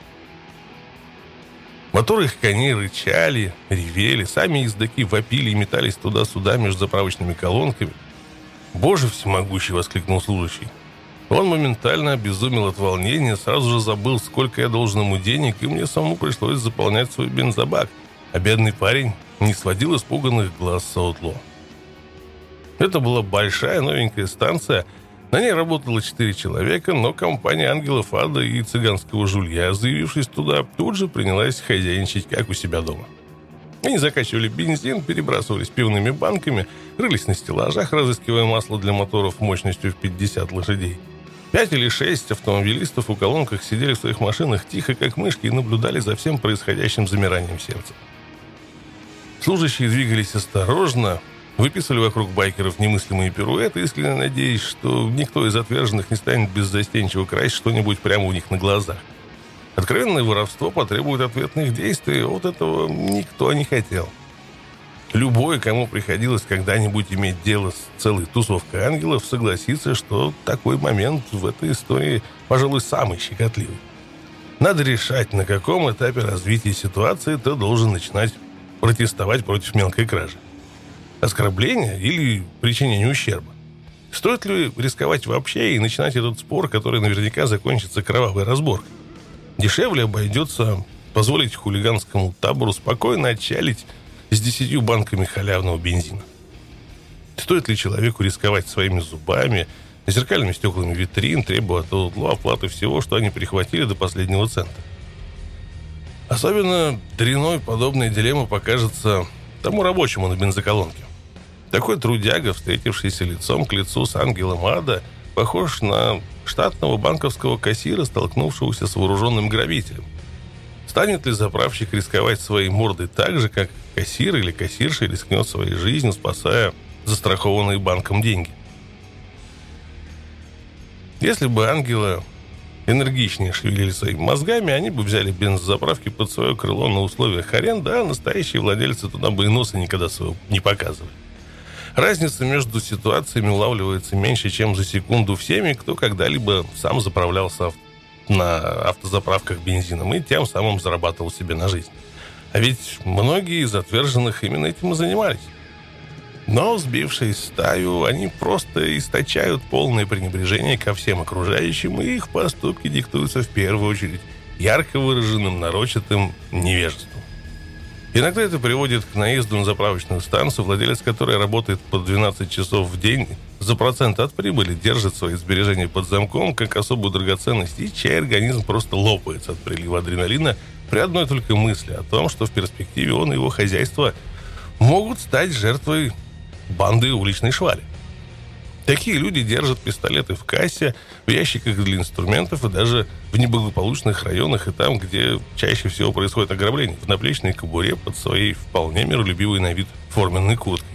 Моторы их коней рычали, ревели, сами ездаки вопили и метались туда-сюда между заправочными колонками. «Боже всемогущий!» — воскликнул служащий. Он моментально обезумел от волнения, сразу же забыл, сколько я должен ему денег, и мне самому пришлось заполнять свой бензобак, а бедный парень не сводил испуганных глаз с Аутло. Это была большая новенькая станция. На ней работало четыре человека, но компания ангелов ада и цыганского жулья, заявившись туда, тут же принялась хозяйничать, как у себя дома. Они закачивали бензин, перебрасывались пивными банками, рылись на стеллажах, разыскивая масло для моторов мощностью в пятьдесят лошадей. Пять или шесть автомобилистов у колонках сидели в своих машинах тихо, как мышки, и наблюдали за всем происходящим замиранием сердца. Служащие двигались осторожно, выписывали вокруг байкеров немыслимые пируэты, искренне надеясь, что никто из отверженных не станет беззастенчиво красть что-нибудь прямо у них на глазах. Откровенное воровство потребует ответных действий, вот этого никто не хотел. Любой, кому приходилось когда-нибудь иметь дело с целой тусовкой ангелов, согласится, что такой момент в этой истории, пожалуй, самый щекотливый. Надо решать, на каком этапе развития ситуации ты должен начинать протестовать против мелкой кражи. Оскорбления или причинения ущерба? Стоит ли рисковать вообще и начинать этот спор, который наверняка закончится кровавой разборкой? Дешевле обойдется позволить хулиганскому табору спокойно отчалить с десятью банками халявного бензина. Стоит ли человеку рисковать своими зубами, зеркальными стеклами витрин, требуя от Аутло оплаты всего, что они прихватили до последнего цента? Особенно дрянной подобная дилемма покажется тому рабочему на бензоколонке. Такой трудяга, встретившийся лицом к лицу с ангелом ада, похож на штатного банковского кассира, столкнувшегося с вооруженным грабителем. Станет ли заправщик рисковать своей мордой так же, как кассир или кассирша рискнет своей жизнью, спасая застрахованные банком деньги? Если бы ангелы энергичнее шевелили своими мозгами, они бы взяли бензозаправки под свое крыло на условиях аренды, а настоящие владельцы туда бы и носа никогда своего не показывали. Разница между ситуациями улавливается меньше, чем за секунду всеми, кто когда-либо сам заправлялся на автозаправках бензином и тем самым зарабатывал себе на жизнь. А ведь многие из отверженных именно этим и занимались. Но, сбившись в стаю, они просто источают полное пренебрежение ко всем окружающим, и их поступки диктуются в первую очередь ярко выраженным нарочитым невежеством. Иногда это приводит к наезду на заправочную станцию, владелец которой работает по двенадцать часов в день, за процент от прибыли держит свои сбережения под замком, как особую драгоценность, и чей организм просто лопается от прилива адреналина при одной только мысли о том, что в перспективе он и его хозяйство могут стать жертвой банды уличной швали. Такие люди держат пистолеты в кассе, в ящиках для инструментов и даже в неблагополучных районах и там, где чаще всего происходит ограбление, в наплечной кобуре под своей вполне миролюбивой на вид форменной курткой.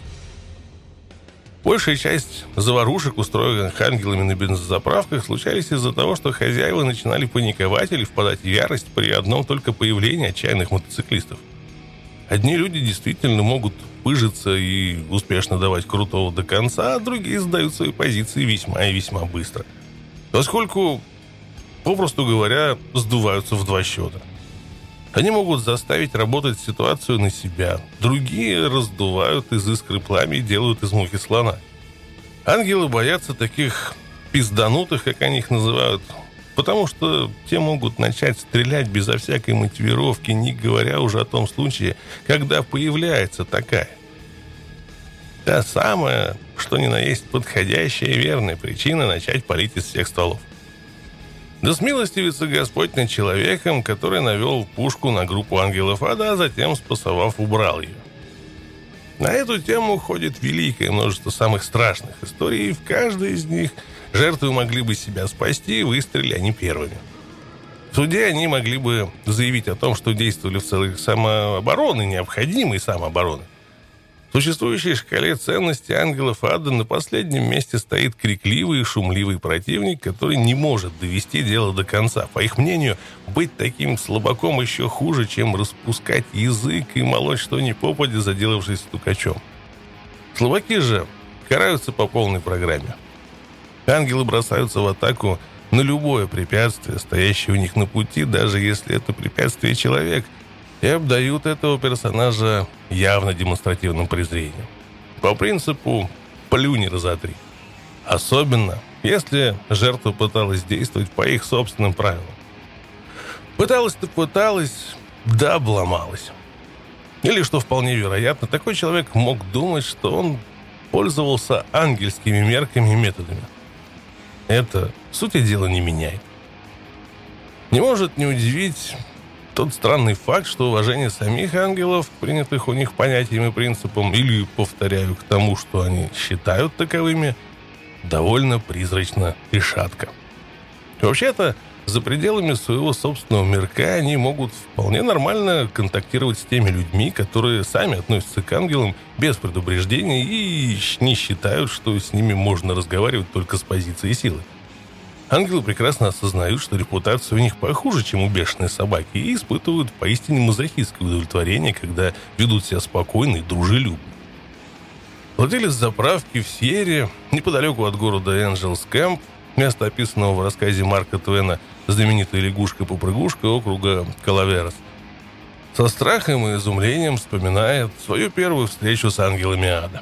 Большая часть заварушек, устроенных ангелами на бензозаправках, случались из-за того, что хозяева начинали паниковать или впадать в ярость при одном только появлении отчаянных мотоциклистов. Одни люди действительно могут пыжиться и успешно давать крутого до конца, а другие сдают свои позиции весьма и весьма быстро. Поскольку, попросту говоря, сдуваются в два счета. Они могут заставить работать ситуацию на себя. Другие раздувают из искры пламя и делают из мухи слона. Ангелы боятся таких пизданутых, как они их называют, потому что те могут начать стрелять безо всякой мотивировки, не говоря уже о том случае, когда появляется такая. Та самая, что ни на есть подходящая и верная причина начать палить из всех стволов. Да смилостивится Господь над человеком, который навел пушку на группу ангелов ада, а затем, спасовав, убрал ее. На эту тему ходит великое множество самых страшных историй, и в каждой из них жертвы могли бы себя спасти, выстрелили они первыми. В суде они могли бы заявить о том, что действовали в целях самообороны, необходимой самообороны. В существующей шкале ценностей ангелов ада на последнем месте стоит крикливый и шумливый противник, который не может довести дело до конца. По их мнению, быть таким слабаком еще хуже, чем распускать язык и молоть что ни попадя, заделавшись стукачом. Словаки же караются по полной программе. Ангелы бросаются в атаку на любое препятствие, стоящее у них на пути, даже если это препятствие человек, и обдают этого персонажа явно демонстративным презрением. По принципу «плюнь и разотри». Особенно, если жертва пыталась действовать по их собственным правилам. Пыталась-то пыталась, да обломалась. Или, что вполне вероятно, такой человек мог думать, что он пользовался ангельскими мерками и методами. Это, сути дела, не меняет. Не может не удивить тот странный факт, что уважение самих ангелов, принятых у них понятиям и принципам, или, повторяю, к тому, что они считают таковыми, довольно призрачно и шатко. Вообще-то, за пределами своего собственного мирка они могут вполне нормально контактировать с теми людьми, которые сами относятся к ангелам без предупреждения и не считают, что с ними можно разговаривать только с позиции силы. Ангелы прекрасно осознают, что репутация у них похуже, чем у бешеной собаки, и испытывают поистине мазохистское удовлетворение, когда ведут себя спокойно и дружелюбно. Владелец заправки в Сьерре, неподалеку от города Энджелс Кэмп, место, описанного в рассказе Марка Твена «Знаменитая лягушка-попрыгушка» округа Калаверас, со страхом и изумлением вспоминает свою первую встречу с ангелами ада.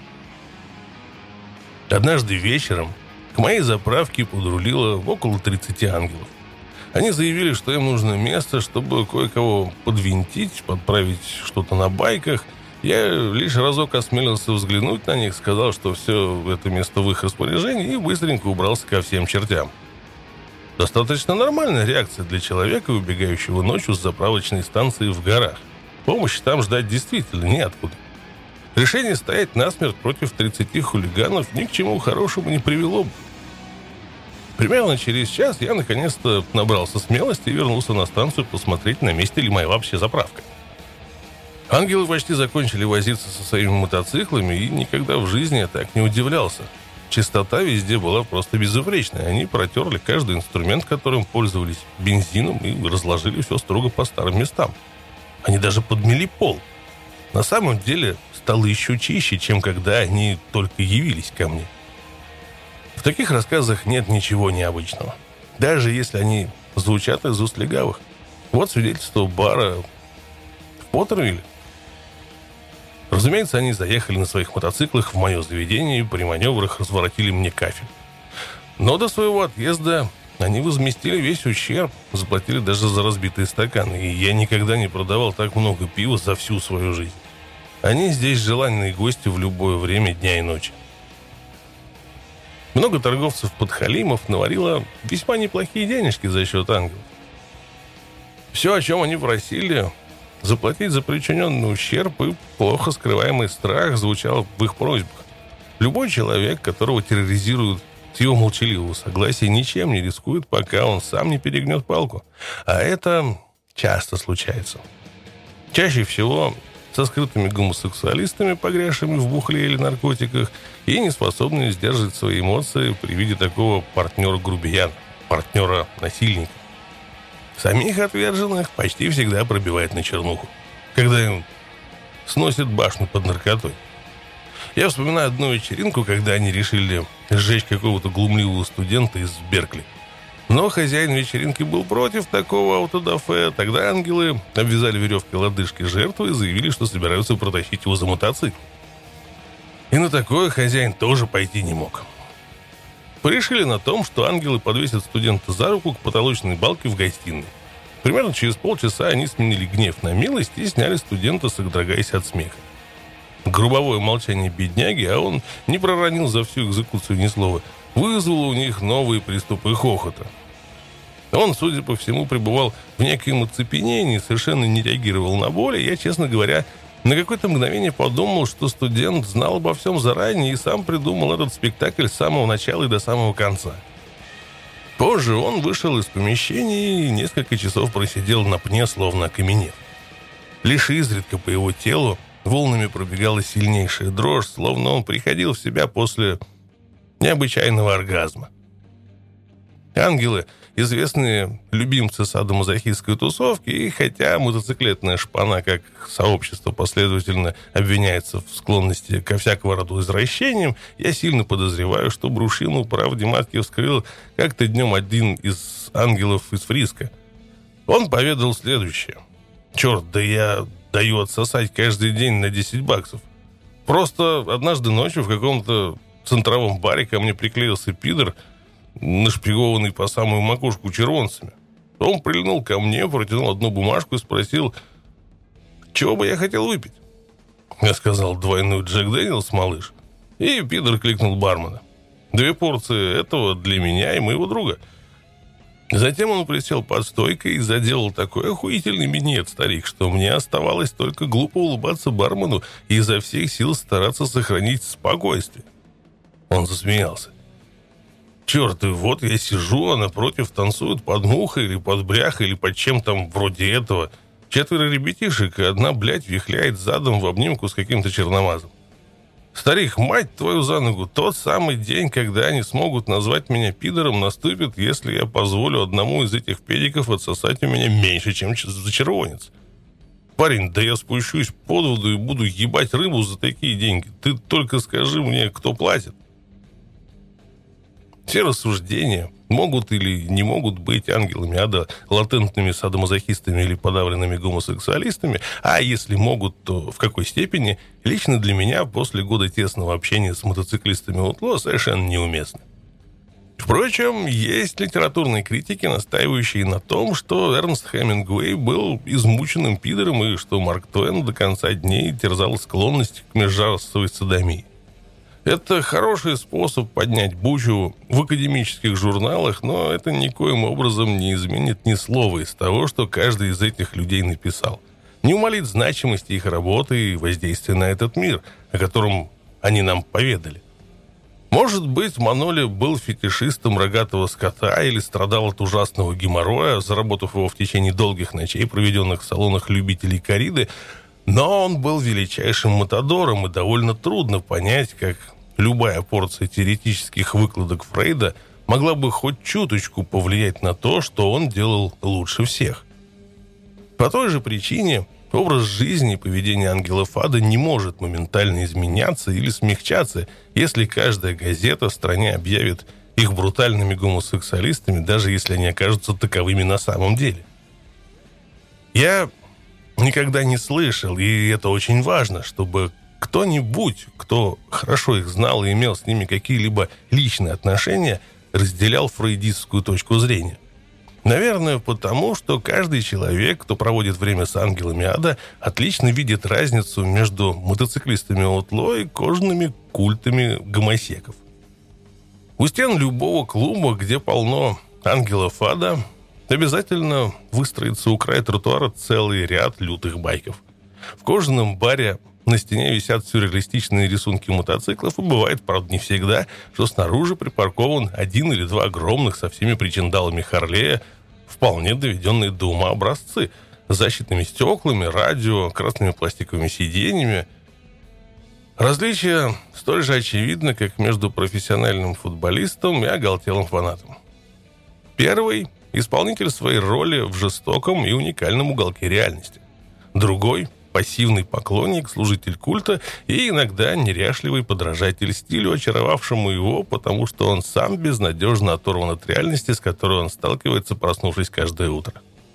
Однажды вечером к моей заправке подрулило около тридцати ангелов. Они заявили, что им нужно место, чтобы кое-кого подвинтить, подправить что-то на байках. Я лишь разок осмелился взглянуть на них, сказал, что все это место в их распоряжении, и быстренько убрался ко всем чертям. Достаточно нормальная реакция для человека, убегающего ночью с заправочной станции в горах. Помощи там ждать действительно неоткуда. Решение стоять насмерть против тридцати хулиганов ни к чему хорошему не привело бы. Примерно через час я наконец-то набрался смелости и вернулся на станцию посмотреть, на месте ли моя вообще заправка. Ангелы почти закончили возиться со своими мотоциклами, и никогда в жизни я так не удивлялся. Чистота везде была просто безупречная. Они протерли каждый инструмент, которым пользовались, бензином, и разложили все строго по старым местам. Они даже подмели пол. На самом деле стало еще чище, чем когда они только явились ко мне. В таких рассказах нет ничего необычного. Даже если они звучат из уст легавых. Вот свидетельство бара в Поттервилле. Разумеется, они заехали на своих мотоциклах в мое заведение и при маневрах разворотили мне кафель. Но до своего отъезда они возместили весь ущерб, заплатили даже за разбитые стаканы, и я никогда не продавал так много пива за всю свою жизнь. Они здесь желанные гости в любое время дня и ночи. Много торговцев-подхалимов наварило весьма неплохие денежки за счет ангелов. Все, о чем они просили, заплатить за причиненный ущерб и плохо скрываемый страх, звучал в их просьбах. Любой человек, которого терроризируют с его молчаливого согласия, ничем не рискует, пока он сам не перегнет палку. А это часто случается. Чаще всего со скрытыми гомосексуалистами, погрязшими в бухле или наркотиках, и не способными сдерживать свои эмоции при виде такого партнера-грубияна, партнера-насильника. Самих отверженных почти всегда пробивает на чернуху, когда им сносят башню под наркотой. Я вспоминаю одну вечеринку, когда они решили сжечь какого-то глумливого студента из Беркли. Но хозяин вечеринки был против такого аутодафе. Тогда ангелы обвязали веревкой лодыжки жертвы и заявили, что собираются протащить его за мотоцикл. И на такое хозяин тоже пойти не мог. Порешили на том, что ангелы подвесят студента за руку к потолочной балке в гостиной. Примерно через полчаса они сменили гнев на милость и сняли студента, содрогаясь от смеха. Грубовое молчание бедняги, а он не проронил за всю экзекуцию ни слова, вызвало у них новые приступы хохота. Он, судя по всему, пребывал в некоем оцепенении, совершенно не реагировал на боль, и я, честно говоря, на какое-то мгновение подумал, что студент знал обо всем заранее и сам придумал этот спектакль с самого начала и до самого конца. Позже он вышел из помещения и несколько часов просидел на пне, словно окаменев. Лишь изредка по его телу волнами пробегала сильнейшая дрожь, словно он приходил в себя после необычайного оргазма. Ангелы – известные любимцы садомазохистской тусовки, и хотя мотоциклетная шпана как сообщество последовательно обвиняется в склонности ко всякого рода извращениям, я сильно подозреваю, что брушину правде матки вскрыл как-то днем один из ангелов из Фриска. Он поведал следующее. «Черт, да я даю отсосать каждый день на десять баксов. Просто однажды ночью в каком-то центровом баре ко мне приклеился пидор, нашпигованный по самую макушку червонцами. Он прильнул ко мне, протянул одну бумажку и спросил, чего бы я хотел выпить. Я сказал, двойную Джек Дэниелс, малыш. И пидор кликнул бармена. Две порции этого для меня и моего друга. Затем он присел под стойкой и заделал такой охуительный минет, старик, что мне оставалось только глупо улыбаться бармену и изо всех сил стараться сохранить спокойствие. Он засмеялся. Черт, и вот я сижу, а напротив танцуют под мухой или под бляхой или под чем там вроде этого. Четверо ребятишек, и одна, блядь, вихляет задом в обнимку с каким-то черномазом. Старик, мать твою за ногу, тот самый день, когда они смогут назвать меня пидором, наступит, если я позволю одному из этих педиков отсосать у меня меньше, чем за червонец. Парень, да я спущусь под воду и буду ебать рыбу за такие деньги. Ты только скажи мне, кто платит. Все рассуждения, могут или не могут быть ангелами ада латентными садомазохистами или подавленными гомосексуалистами, а если могут, то в какой степени, лично для меня после года тесного общения с мотоциклистами Outlaw совершенно неуместны. Впрочем, есть литературные критики, настаивающие на том, что Эрнст Хемингуэй был измученным пидором и что Марк Твен до конца дней терзал склонность к межрасовой содомии. Это хороший способ поднять бучу в академических журналах, но это никоим образом не изменит ни слова из того, что каждый из этих людей написал. Не умалит значимости их работы и воздействия на этот мир, о котором они нам поведали. Может быть, Маноли был фетишистом рогатого скота или страдал от ужасного геморроя, заработав его в течение долгих ночей, проведенных в салонах любителей корриды, но он был величайшим матадором, и довольно трудно понять, как любая порция теоретических выкладок Фрейда могла бы хоть чуточку повлиять на то, что он делал лучше всех. По той же причине образ жизни и поведение ангелов ада не может моментально изменяться или смягчаться, если каждая газета в стране объявит их брутальными гомосексуалистами, даже если они окажутся таковыми на самом деле. Я никогда не слышал, и это очень важно, чтобы кто-нибудь, кто хорошо их знал и имел с ними какие-либо личные отношения, разделял фрейдистскую точку зрения. Наверное, потому, что каждый человек, кто проводит время с ангелами ада, отлично видит разницу между мотоциклистами Outlaw и кожаными культами гомосеков. У стен любого клуба, где полно ангелов ада, обязательно выстроится у края тротуара целый ряд лютых байков. В кожаном баре на стене висят сюрреалистичные рисунки мотоциклов, и бывает, правда, не всегда, что снаружи припаркован один или два огромных со всеми причиндалами Харлея, вполне доведенные до ума образцы, с защитными стеклами, радио, красными пластиковыми сиденьями. Различие столь же очевидно, как между профессиональным футболистом и оголтелым фанатом. Первый – исполнитель своей роли в жестоком и уникальном уголке реальности. Другой – пассивный поклонник, служитель культа и иногда неряшливый подражатель стилю, очаровавшему его, потому что он сам безнадежно оторван от реальности, с которой он сталкивается, проснувшись каждое утро.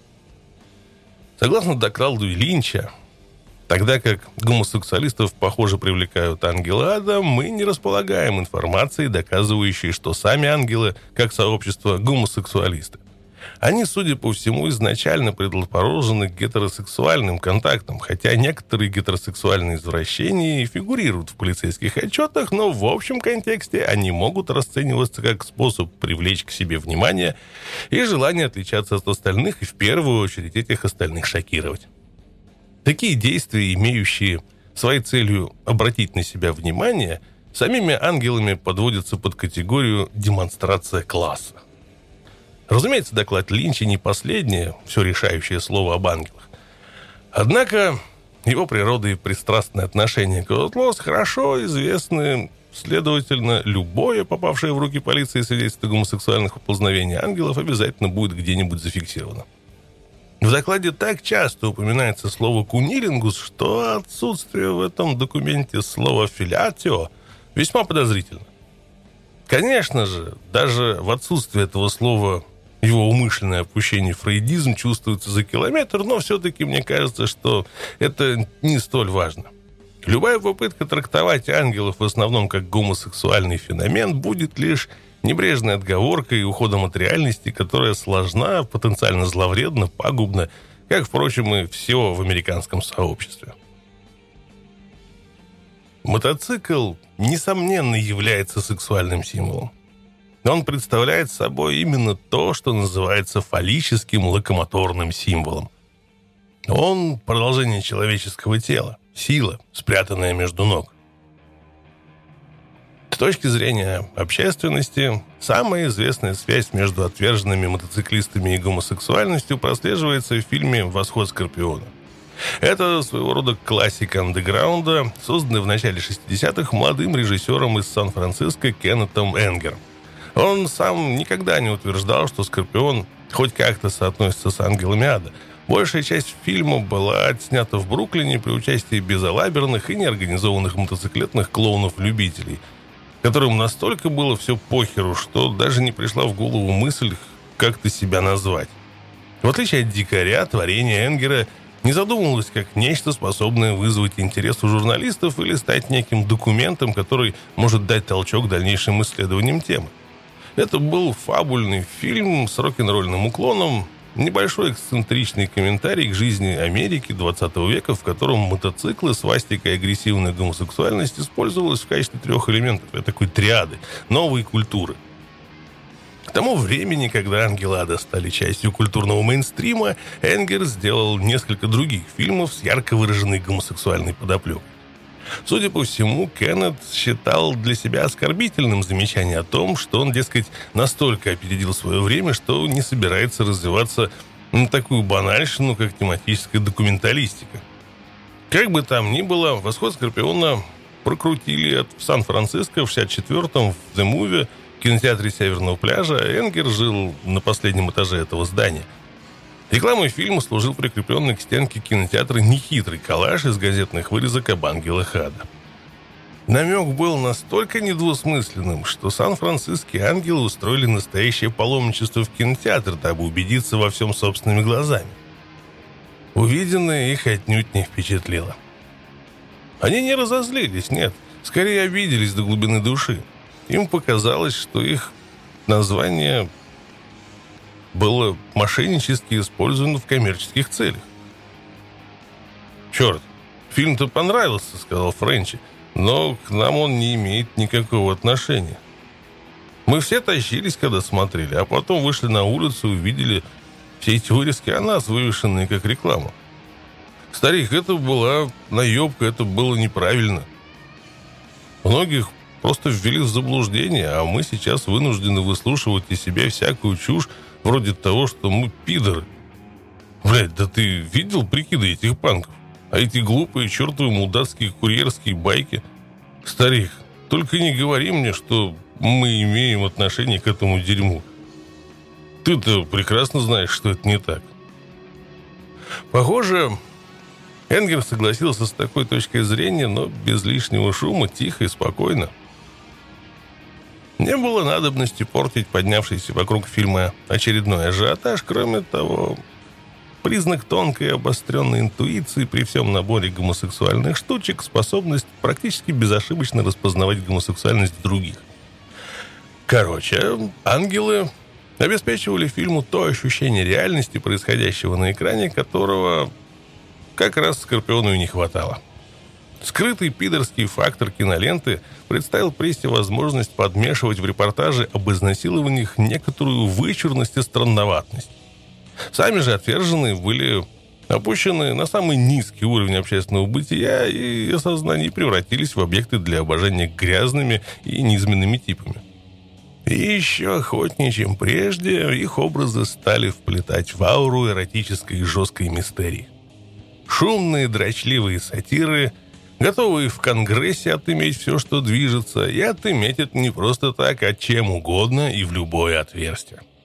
Согласно докладу Линча, тогда как гомосексуалистов, похоже, привлекают ангелы ада, мы не располагаем информацией, доказывающей, что сами ангелы, как сообщество, гомосексуалисты. Они, судя по всему, изначально предрасположены к гетеросексуальным контактам, хотя некоторые гетеросексуальные извращения фигурируют в полицейских отчетах, но в общем контексте они могут расцениваться как способ привлечь к себе внимание и желание отличаться от остальных, и в первую очередь этих остальных шокировать. Такие действия, имеющие своей целью обратить на себя внимание, самими ангелами подводятся под категорию «демонстрация класса». Разумеется, доклад Линча не последнее, все решающее слово об ангелах. Однако его природа и пристрастное отношение к Outlaws хорошо известны следовательно, любое попавшее в руки полиции свидетельство гомосексуальных поползновений ангелов обязательно будет где-нибудь зафиксировано. В докладе так часто упоминается слово «кунилингус», что отсутствие в этом документе слова «филиатио» весьма подозрительно. Конечно же, даже в отсутствии этого слова его умышленное опущение в фрейдизм чувствуется за километр, но все-таки мне кажется, что это не столь важно. Любая попытка трактовать ангелов в основном как гомосексуальный феномен будет лишь небрежной отговоркой и уходом от реальности, которая сложна, потенциально зловредна, пагубна, как, впрочем, и все в американском сообществе. Мотоцикл, несомненно, является сексуальным символом. Он представляет собой именно то, что называется фаллическим локомоторным символом. Он – продолжение человеческого тела, сила, спрятанная между ног. С точки зрения общественности, самая известная связь между отверженными мотоциклистами и гомосексуальностью прослеживается в фильме «Восход Скорпиона». Это своего рода классика андеграунда, созданный в начале шестидесятых молодым режиссером из Сан-Франциско Кеннетом Энгером. Он сам никогда не утверждал, что Скорпион хоть как-то соотносится с ангелами ада. Большая часть фильма была отснята в Бруклине при участии безалаберных и неорганизованных мотоциклетных клоунов-любителей, которым настолько было все похеру, что даже не пришла в голову мысль как-то себя назвать. В отличие от «Дикаря», творение Энгера не задумывалось как нечто, способное вызвать интерес у журналистов или стать неким документом, который может дать толчок дальнейшим исследованиям темы. Это был фабульный фильм с рок-н-ролльным уклоном, небольшой эксцентричный комментарий к жизни Америки двадцатого века, в котором мотоциклы, свастика и агрессивная гомосексуальность использовалась в качестве трех элементов такой триады новой культуры. К тому времени, когда ангелы ада стали частью культурного мейнстрима, Энгер сделал несколько других фильмов с ярко выраженной гомосексуальной подоплекой. Судя по всему, Кеннет считал для себя оскорбительным замечание о том, что он, дескать, настолько опередил свое время, что не собирается развиваться на такую банальщину, как тематическая документалистика. Как бы там ни было, «Восход Скорпиона» прокрутили в Сан-Франциско в шестьдесят четвёртом в The Movie, в кинотеатре Северного пляжа. Энгер жил на последнем этаже этого здания. Рекламой фильма служил прикрепленный к стенке кинотеатра нехитрый коллаж из газетных вырезок об ангелах ада. Намек был настолько недвусмысленным, что сан-франциские ангелы устроили настоящее паломничество в кинотеатр, дабы убедиться во всем собственными глазами. Увиденное их отнюдь не впечатлило. Они не разозлились, нет, скорее обиделись до глубины души. Им показалось, что их название было мошеннически использовано в коммерческих целях. «Черт, фильм-то понравился», — сказал Френчи, «но к нам он не имеет никакого отношения. Мы все тащились, когда смотрели, а потом вышли на улицу и увидели все эти вырезки о нас, вывешенные как реклама. Старик, это была наебка, это было неправильно. Многих просто ввели в заблуждение, а мы сейчас вынуждены выслушивать из себя всякую чушь, вроде того, что мы пидоры. Блядь, да ты видел прикиды этих панков? А эти глупые чертовы мудацкие курьерские байки? Старик, только не говори мне, что мы имеем отношение к этому дерьму. Ты-то прекрасно знаешь, что это не так». Похоже, Энгер согласился с такой точкой зрения, но без лишнего шума, тихо и спокойно. Не было надобности портить поднявшийся вокруг фильма очередной ажиотаж. Кроме того, признак тонкой и обостренной интуиции при всем наборе гомосексуальных штучек — способность практически безошибочно распознавать гомосексуальность других. Короче, ангелы обеспечивали фильму то ощущение реальности происходящего на экране, которого как раз Скорпиону и не хватало. Скрытый пидорский фактор киноленты представил прессе возможность подмешивать в репортаже об изнасилованиях некоторую вычурность и странноватность. Сами же отверженные были опущены на самый низкий уровень общественного бытия и осознания превратились в объекты для обожания грязными и низменными типами. И еще охотнее, чем прежде, их образы стали вплетать в ауру эротической и жесткой мистерии. Шумные, дрочливые сатиры готовые в Конгрессе отыметь все, что движется, и отыметь это не просто так, а чем угодно и в любое отверстие.